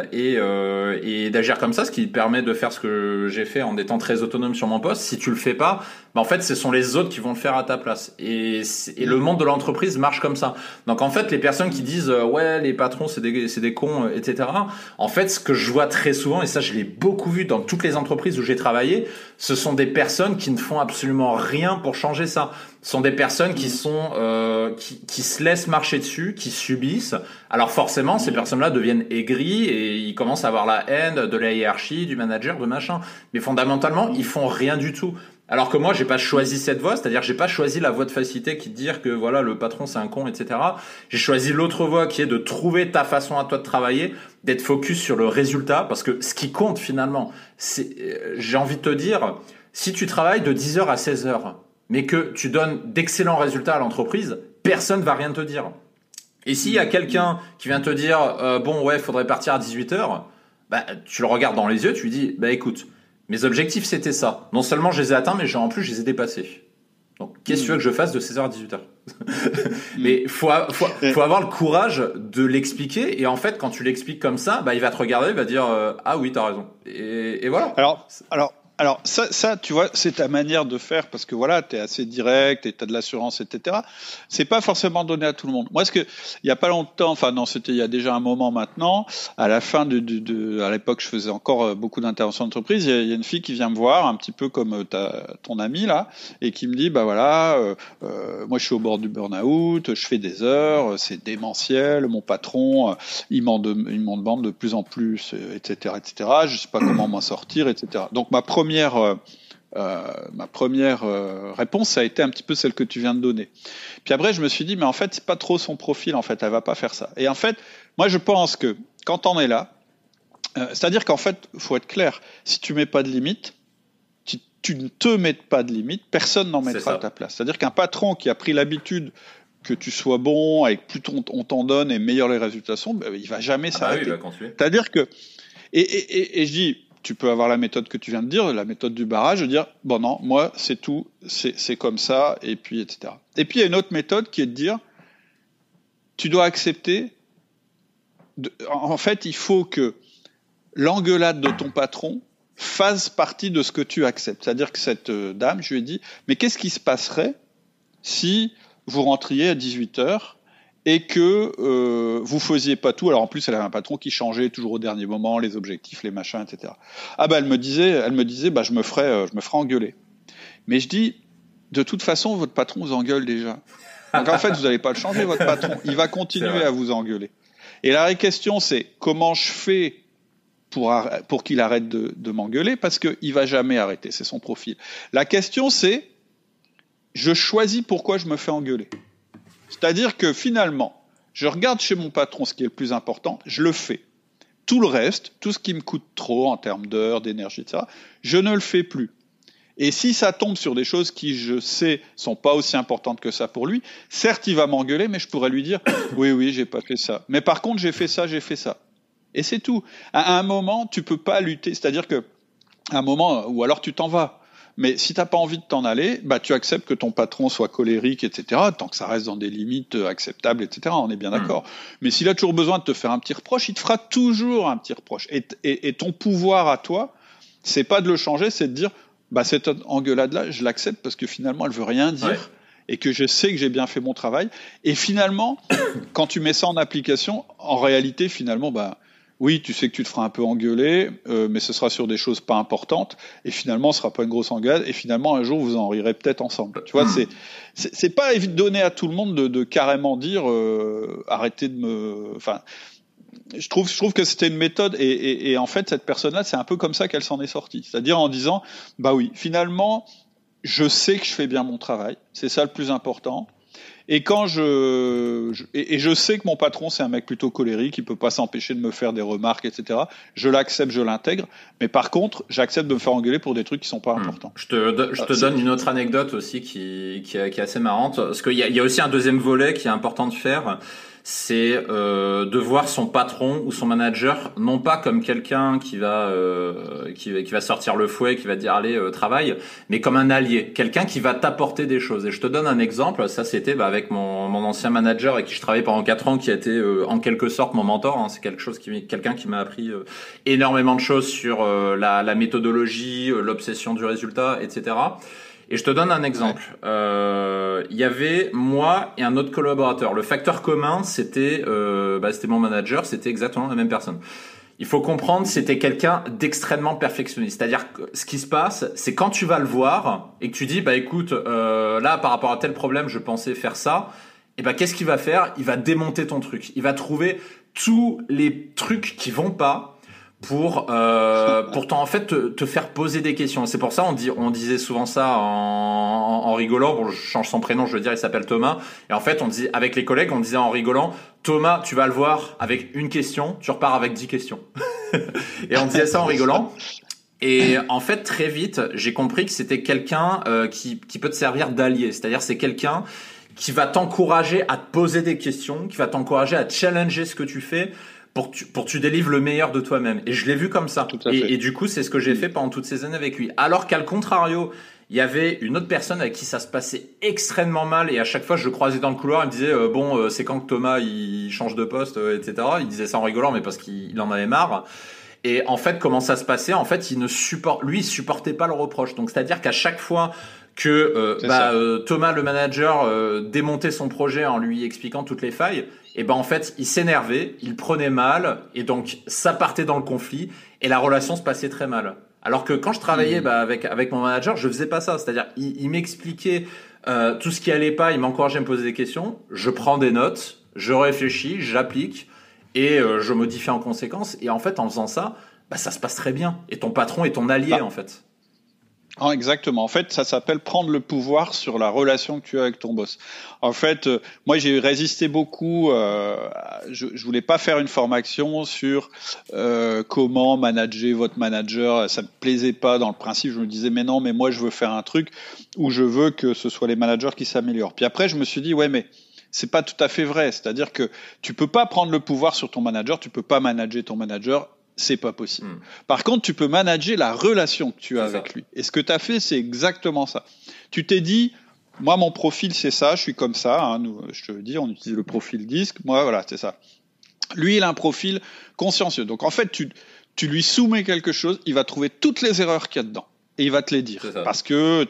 et d'agir comme ça, ce qui permet de faire ce que j'ai fait en étant très autonome sur mon poste, si tu le fais pas, en fait, ce sont les autres qui vont le faire à ta place. Et le monde de l'entreprise marche comme ça. Donc en fait, les personnes qui disent ouais, les patrons c'est des cons, etc. En fait, ce que je vois très souvent, et ça je l'ai beaucoup vu dans toutes les entreprises où j'ai travaillé, ce sont des personnes qui ne font absolument rien pour changer ça. Ce sont des personnes qui sont qui se laissent marcher dessus, qui subissent. Alors forcément, ces personnes-là deviennent aigries et ils commencent à avoir la haine de la hiérarchie, du manager, de machin. Mais fondamentalement, ils font rien du tout. Alors que moi, j'ai pas choisi cette voie, c'est-à-dire j'ai pas choisi la voie de facilité qui dit que voilà, le patron c'est un con, etc. J'ai choisi l'autre voie qui est de trouver ta façon à toi de travailler, d'être focus sur le résultat, parce que ce qui compte finalement, j'ai envie de te dire, si tu travailles de 10h à 16h, mais que tu donnes d'excellents résultats à l'entreprise, personne va rien te dire. Et s'il y a quelqu'un qui vient te dire bon ouais, faudrait partir à 18h, bah tu le regardes dans les yeux, tu lui dis bah écoute, mes objectifs, c'était ça. Non seulement je les ai atteints, mais en plus, je les ai dépassés. Donc, qu'est-ce que tu veux que je fasse de 16h à 18h? Mais faut avoir le courage de l'expliquer. Et en fait, quand tu l'expliques comme ça, bah, il va te regarder, il va dire ah oui, t'as raison. Et voilà. Alors ça, tu vois, c'est ta manière de faire parce que voilà, t'es assez direct et t'as de l'assurance, etc. C'est pas forcément donné à tout le monde. Moi, il y a pas longtemps, enfin non, c'était il y a déjà un moment maintenant, à la fin à l'époque, je faisais encore beaucoup d'interventions d'entreprise. Il y a une fille qui vient me voir, un petit peu comme ton ami là, et qui me dit bah voilà, moi je suis au bord du burn-out, je fais des heures, c'est démentiel, mon patron, il m'en demande de plus en plus, etc., etc. Je sais pas comment m'en sortir, etc. Donc ma première réponse, ça a été un petit peu celle que tu viens de donner. Puis après, je me suis dit, mais en fait, c'est pas trop son profil, en fait, elle va pas faire ça. Et en fait, moi, je pense que quand on est là, c'est-à-dire qu'en fait, faut être clair, si tu mets pas de limite, tu ne te mets pas de limite, personne n'en mettra à ta place. C'est-à-dire qu'un patron qui a pris l'habitude que tu sois bon, et que plus on t'en donne et meilleurs les résultats sont, ben, il va jamais s'arrêter. Bah oui, il va continuer. C'est-à-dire que, et je dis, tu peux avoir la méthode que tu viens de dire, la méthode du barrage, de dire bon non, moi c'est tout, c'est comme ça, et puis etc. Et puis il y a une autre méthode qui est de dire tu dois accepter. En fait, il faut que l'engueulade de ton patron fasse partie de ce que tu acceptes. C'est-à-dire que cette dame, je lui ai dit mais qu'est-ce qui se passerait si vous rentriez à 18h et que vous faisiez pas tout. Alors en plus, elle avait un patron qui changeait toujours au dernier moment les objectifs, les machins, etc. Ah bah elle me disait bah je me ferais engueuler. Mais je dis de toute façon votre patron vous engueule déjà. Donc en fait vous n'allez pas le changer votre patron, il va continuer à vous engueuler. Et la vraie question c'est comment je fais pour qu'il arrête de m'engueuler parce que il va jamais arrêter, c'est son profil. La question c'est je choisis pourquoi je me fais engueuler. C'est-à-dire que finalement, je regarde chez mon patron ce qui est le plus important, je le fais. Tout le reste, tout ce qui me coûte trop en termes d'heures, d'énergie, etc., je ne le fais plus. Et si ça tombe sur des choses qui, je sais, sont pas aussi importantes que ça pour lui, certes, il va m'engueuler, mais je pourrais lui dire « Oui, j'ai pas fait ça. Mais par contre, j'ai fait ça. » Et c'est tout. À un moment, tu peux pas lutter. C'est-à-dire que, à un moment, ou alors tu t'en vas. Mais si t'as pas envie de t'en aller, bah tu acceptes que ton patron soit colérique, etc. Tant que ça reste dans des limites acceptables, etc. On est bien d'accord. Mais s'il a toujours besoin de te faire un petit reproche, il te fera toujours un petit reproche. Et ton pouvoir à toi, c'est pas de le changer, c'est de dire, bah cette engueulade-là, je l'accepte parce que finalement, elle veut rien dire. Ouais. Et que je sais que j'ai bien fait mon travail. Et finalement, quand tu mets ça en application, en réalité, finalement, bah oui, tu sais que tu te feras un peu engueuler, mais ce sera sur des choses pas importantes, et finalement, ce sera pas une grosse engueulade, et finalement, un jour, vous en rirez peut-être ensemble. Tu vois, c'est pas donné à tout le monde de carrément dire arrêtez de me. Enfin, je trouve que c'était une méthode, et en fait, cette personne-là, c'est un peu comme ça qu'elle s'en est sortie. C'est-à-dire en disant, bah oui, finalement, je sais que je fais bien mon travail, c'est ça le plus important. Et quand je sais que mon patron, c'est un mec plutôt colérique, il peut pas s'empêcher de me faire des remarques, etc. Je l'accepte, je l'intègre. Mais par contre, j'accepte de me faire engueuler pour des trucs qui sont pas importants. Je te donne une autre anecdote aussi qui est assez marrante. Parce qu'il y a aussi un deuxième volet qui est important de faire. C'est de voir son patron ou son manager non pas comme quelqu'un qui va sortir le fouet, qui va dire allez travaille, mais comme un allié, quelqu'un qui va t'apporter des choses. Et je te donne un exemple. Ça c'était avec mon ancien manager avec qui je travaillais pendant 4 ans, qui a été en quelque sorte mon mentor. Hein. C'est quelqu'un qui m'a appris énormément de choses sur la méthodologie, l'obsession du résultat, etc. Et je te donne un exemple. Il y avait moi et un autre collaborateur. Le facteur commun, c'était mon manager, c'était exactement la même personne. Il faut comprendre, c'était quelqu'un d'extrêmement perfectionniste. C'est-à-dire que ce qui se passe, c'est quand tu vas le voir et que tu dis, écoute, là, par rapport à tel problème, je pensais faire ça. Et qu'est-ce qu'il va faire ? Il va démonter ton truc. Il va trouver tous les trucs qui vont pas pour en fait te faire poser des questions. C'est pour ça on disait souvent ça en rigolant. Bon, je change son prénom, je veux dire, il s'appelle Thomas. Et en fait, avec les collègues, on disait en rigolant, Thomas, tu vas le voir avec une question, tu repars avec 10 questions. Et on disait ça en rigolant. Et en fait, très vite, j'ai compris que c'était quelqu'un qui peut te servir d'allié. C'est-à-dire, c'est quelqu'un qui va t'encourager à te poser des questions, qui va t'encourager à challenger ce que tu fais pour que tu délivres le meilleur de toi-même. Et je l'ai vu comme ça. Et du coup, c'est ce que j'ai fait pendant toutes ces années avec lui. Alors qu'à le contrario, il y avait une autre personne avec qui ça se passait extrêmement mal. Et à chaque fois, je le croisais dans le couloir, il me disait c'est quand que Thomas il change de poste, etc. Il disait ça en rigolant, mais parce qu'il en avait marre. Et en fait, comment ça se passait ? En fait, il supportait pas le reproche. Donc, c'est-à-dire qu'à chaque fois que Thomas, le manager, démontait son projet en lui expliquant toutes les failles, et en fait, il s'énervait, il prenait mal, et donc ça partait dans le conflit, et la relation se passait très mal. Alors que quand je travaillais avec mon manager, je faisais pas ça. C'est-à-dire, il m'expliquait tout ce qui allait pas, il m'encourageait à me poser des questions, je prends des notes, je réfléchis, j'applique, et je modifie en conséquence. Et en fait, en faisant ça, ça se passe très bien. Et ton patron est ton allié, en fait. Ah, exactement. En fait, ça s'appelle prendre le pouvoir sur la relation que tu as avec ton boss. En fait, moi, j'ai résisté beaucoup. Je voulais pas faire une formation sur comment manager votre manager. Ça me plaisait pas dans le principe. Je me disais, mais non, mais moi, je veux faire un truc où je veux que ce soit les managers qui s'améliorent. Puis après, je me suis dit, ouais, mais c'est pas tout à fait vrai. C'est-à-dire que tu peux pas prendre le pouvoir sur ton manager. Tu peux pas manager ton manager. C'est pas possible. Par contre, tu peux manager la relation que tu as avec lui. Et ce que tu as fait, c'est exactement ça. Tu t'es dit, moi, mon profil, c'est ça, je suis comme ça. Hein, nous, je te le dis, on utilise le profil disque. Moi, voilà, c'est ça. Lui, il a un profil consciencieux. Donc, en fait, tu lui soumets quelque chose, il va trouver toutes les erreurs qu'il y a dedans. Et il va te les dire. Parce que,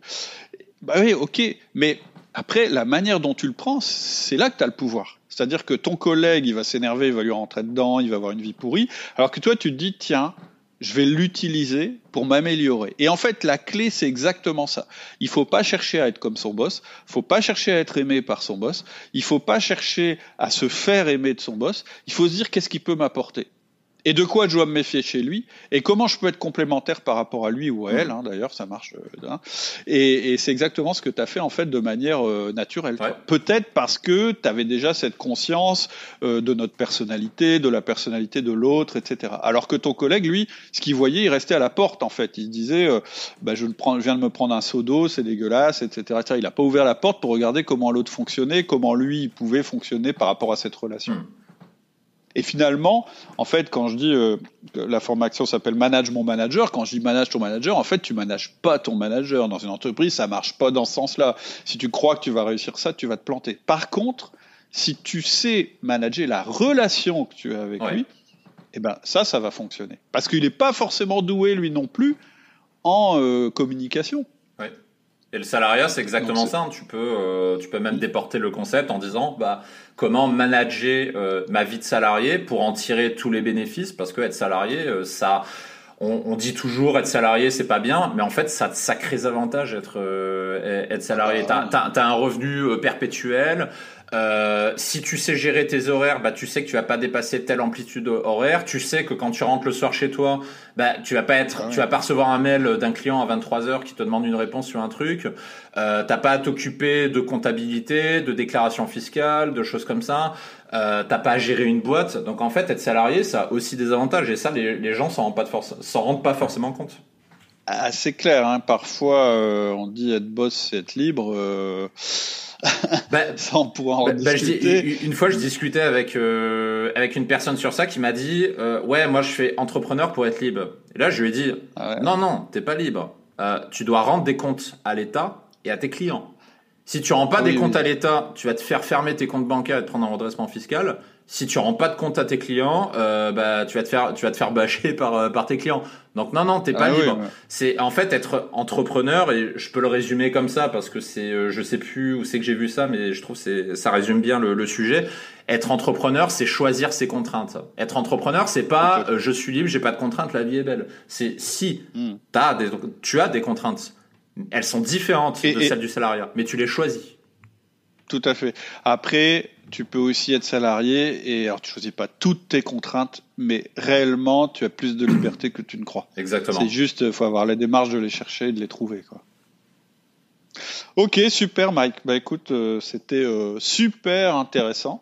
oui, ok, mais après, la manière dont tu le prends, c'est là que tu as le pouvoir. C'est-à-dire que ton collègue, il va s'énerver, il va lui rentrer dedans, il va avoir une vie pourrie, alors que toi, tu te dis, tiens, je vais l'utiliser pour m'améliorer. Et en fait, la clé, c'est exactement ça. Il faut pas chercher à être comme son boss, il faut pas chercher à être aimé par son boss, il faut pas chercher à se faire aimer de son boss, il faut se dire qu'est-ce qu'il peut m'apporter. Et de quoi je dois me méfier chez lui, et comment je peux être complémentaire par rapport à lui ou à elle, hein, d'ailleurs, ça marche. Et c'est exactement ce que tu as fait, en fait, de manière naturelle. Ouais. Peut-être parce que tu avais déjà cette conscience de notre personnalité, de la personnalité de l'autre, etc. Alors que ton collègue, lui, ce qu'il voyait, il restait à la porte, en fait. Il se disait, je viens de me prendre un seau d'eau, c'est dégueulasse, etc. Il n'a pas ouvert la porte pour regarder comment l'autre fonctionnait, comment lui, il pouvait fonctionner par rapport à cette relation. Et finalement, en fait, quand je dis que la formation s'appelle Manage mon manager, quand je dis manage ton manager, en fait, tu manages pas ton manager. Dans une entreprise, ça marche pas dans ce sens-là. Si tu crois que tu vas réussir ça, tu vas te planter. Par contre, si tu sais manager la relation que tu as avec lui, ça va fonctionner. Parce qu'il n'est pas forcément doué, lui non plus, en communication. Ouais. Et le salariat, c'est exactement ça. Tu peux même déporter le concept en disant comment manager ma vie de salarié pour en tirer tous les bénéfices, parce que être salarié, on dit toujours être salarié, c'est pas bien, mais en fait, ça a de sacrés avantages être salarié. T'as un revenu perpétuel. Si tu sais gérer tes horaires, bah tu sais que tu vas pas dépasser telle amplitude horaire. Tu sais que quand tu rentres le soir chez toi, bah tu vas pas recevoir un mail d'un client à 23h qui te demande une réponse sur un truc. T'as pas à t'occuper de comptabilité, de déclaration fiscale, de choses comme ça. T'as pas à gérer une boîte. Donc en fait, être salarié, ça a aussi des avantages. Et ça, les gens s'en rendent pas forcément compte. Ah, c'est clair, hein. Parfois on dit être boss, c'est être libre. Ça, on pourra en discuter. Une fois, je discutais avec une personne sur ça qui m'a dit ouais, moi je fais entrepreneur pour être libre. Et là, je lui ai dit non, t'es pas libre. Tu dois rendre des comptes à l'État et à tes clients. Si tu rends pas des comptes à l'État, tu vas te faire fermer tes comptes bancaires et te prendre un redressement fiscal. Si tu rends pas de compte à tes clients, tu vas te faire bâcher par tes clients. Donc non, t'es pas libre. Oui. C'est en fait être entrepreneur, et je peux le résumer comme ça parce que c'est, je sais plus où c'est que j'ai vu ça, mais je trouve ça résume bien le sujet. Être entrepreneur, c'est choisir ses contraintes. Être entrepreneur, c'est pas je suis libre, j'ai pas de contraintes, la vie est belle. C'est si tu as des contraintes, elles sont différentes de celles du salariat, mais tu les choisis. Tout à fait. Après, tu peux aussi être salarié et alors tu choisis pas toutes tes contraintes, mais réellement tu as plus de liberté que tu ne crois. Exactement. C'est juste, faut avoir la démarche de les chercher et de les trouver, quoi. Ok, super Mike. Bah écoute, c'était super intéressant.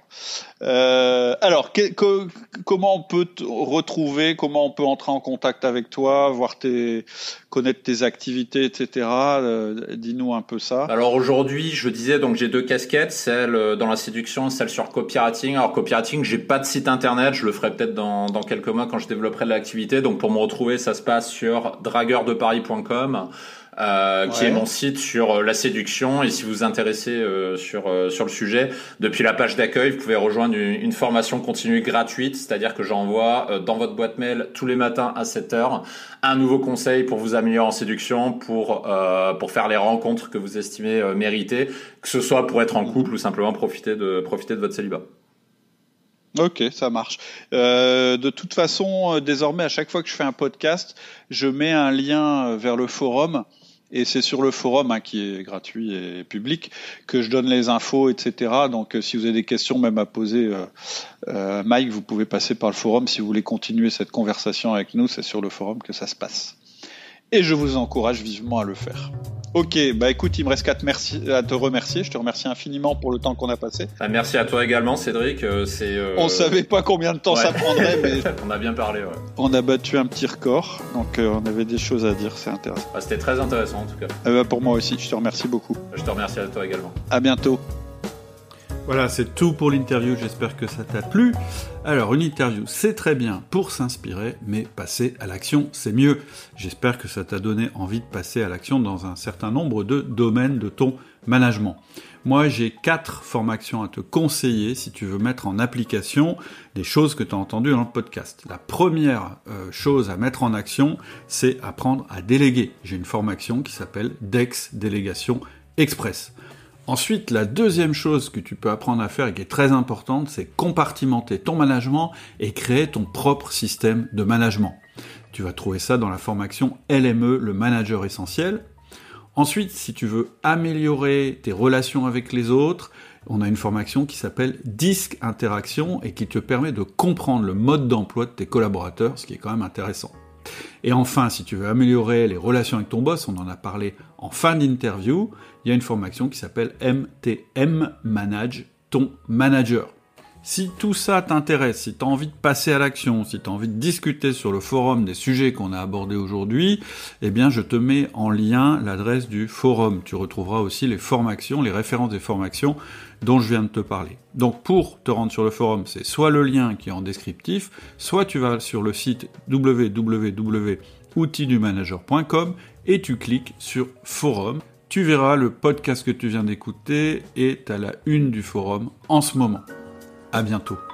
Alors, comment on peut te retrouver, comment on peut entrer en contact avec toi, connaître tes activités, etc. Dis-nous un peu ça. Alors aujourd'hui, je disais, donc j'ai 2 casquettes, celle dans la séduction, celle sur copywriting. Alors copywriting, j'ai pas de site internet, je le ferai peut-être dans quelques mois quand je développerai de l'activité. Donc pour me retrouver, ça se passe sur dragueurdeparis.com. Qui est mon site sur la séduction, et si vous vous intéressez sur le sujet, depuis la page d'accueil, vous pouvez rejoindre une formation continue gratuite, c'est-à-dire que j'envoie dans votre boîte mail tous les matins à 7h un nouveau conseil pour vous améliorer en séduction, pour faire les rencontres que vous estimez méritées, que ce soit pour être en couple ou simplement profiter de votre célibat. Ok, ça marche. De toute façon, désormais, à chaque fois que je fais un podcast, je mets un lien vers le forum. Et c'est sur le forum qui est gratuit et public que je donne les infos, etc. Donc, si vous avez des questions même à poser, Mike, vous pouvez passer par le forum. Si vous voulez continuer cette conversation avec nous, c'est sur le forum que ça se passe. Et je vous encourage vivement à le faire. Ok, bah écoute, il me reste qu'à te remercier. Je te remercie infiniment pour le temps qu'on a passé. Merci à toi également, Cédric. On savait pas combien de temps ça prendrait, mais on a bien parlé. Ouais. On a battu un petit record, donc on avait des choses à dire. C'est intéressant. C'était très intéressant en tout cas. Pour moi aussi, je te remercie beaucoup. Je te remercie à toi également. À bientôt. Voilà, c'est tout pour l'interview, j'espère que ça t'a plu. Alors, une interview, c'est très bien pour s'inspirer, mais passer à l'action, c'est mieux. J'espère que ça t'a donné envie de passer à l'action dans un certain nombre de domaines de ton management. Moi, j'ai 4 formations à te conseiller si tu veux mettre en application des choses que tu as entendues dans le podcast. La première chose à mettre en action, c'est apprendre à déléguer. J'ai une formation qui s'appelle DEX Délégation Express. Ensuite, la deuxième chose que tu peux apprendre à faire et qui est très importante, c'est compartimenter ton management et créer ton propre système de management. Tu vas trouver ça dans la formation LME, le manager essentiel. Ensuite, si tu veux améliorer tes relations avec les autres, on a une formation qui s'appelle Disque Interaction et qui te permet de comprendre le mode d'emploi de tes collaborateurs, ce qui est quand même intéressant. Et enfin, si tu veux améliorer les relations avec ton boss, on en a parlé en fin d'interview, il y a une formation qui s'appelle MTM, Manage ton manager. Si tout ça t'intéresse, si tu as envie de passer à l'action, si tu as envie de discuter sur le forum des sujets qu'on a abordés aujourd'hui, eh bien je te mets en lien l'adresse du forum. Tu retrouveras aussi les formations, les références des formations dont je viens de te parler. Donc pour te rendre sur le forum, c'est soit le lien qui est en descriptif, soit tu vas sur le site www.outildumanager.com et tu cliques sur forum. Tu verras le podcast que tu viens d'écouter et tu as la une du forum en ce moment. À bientôt.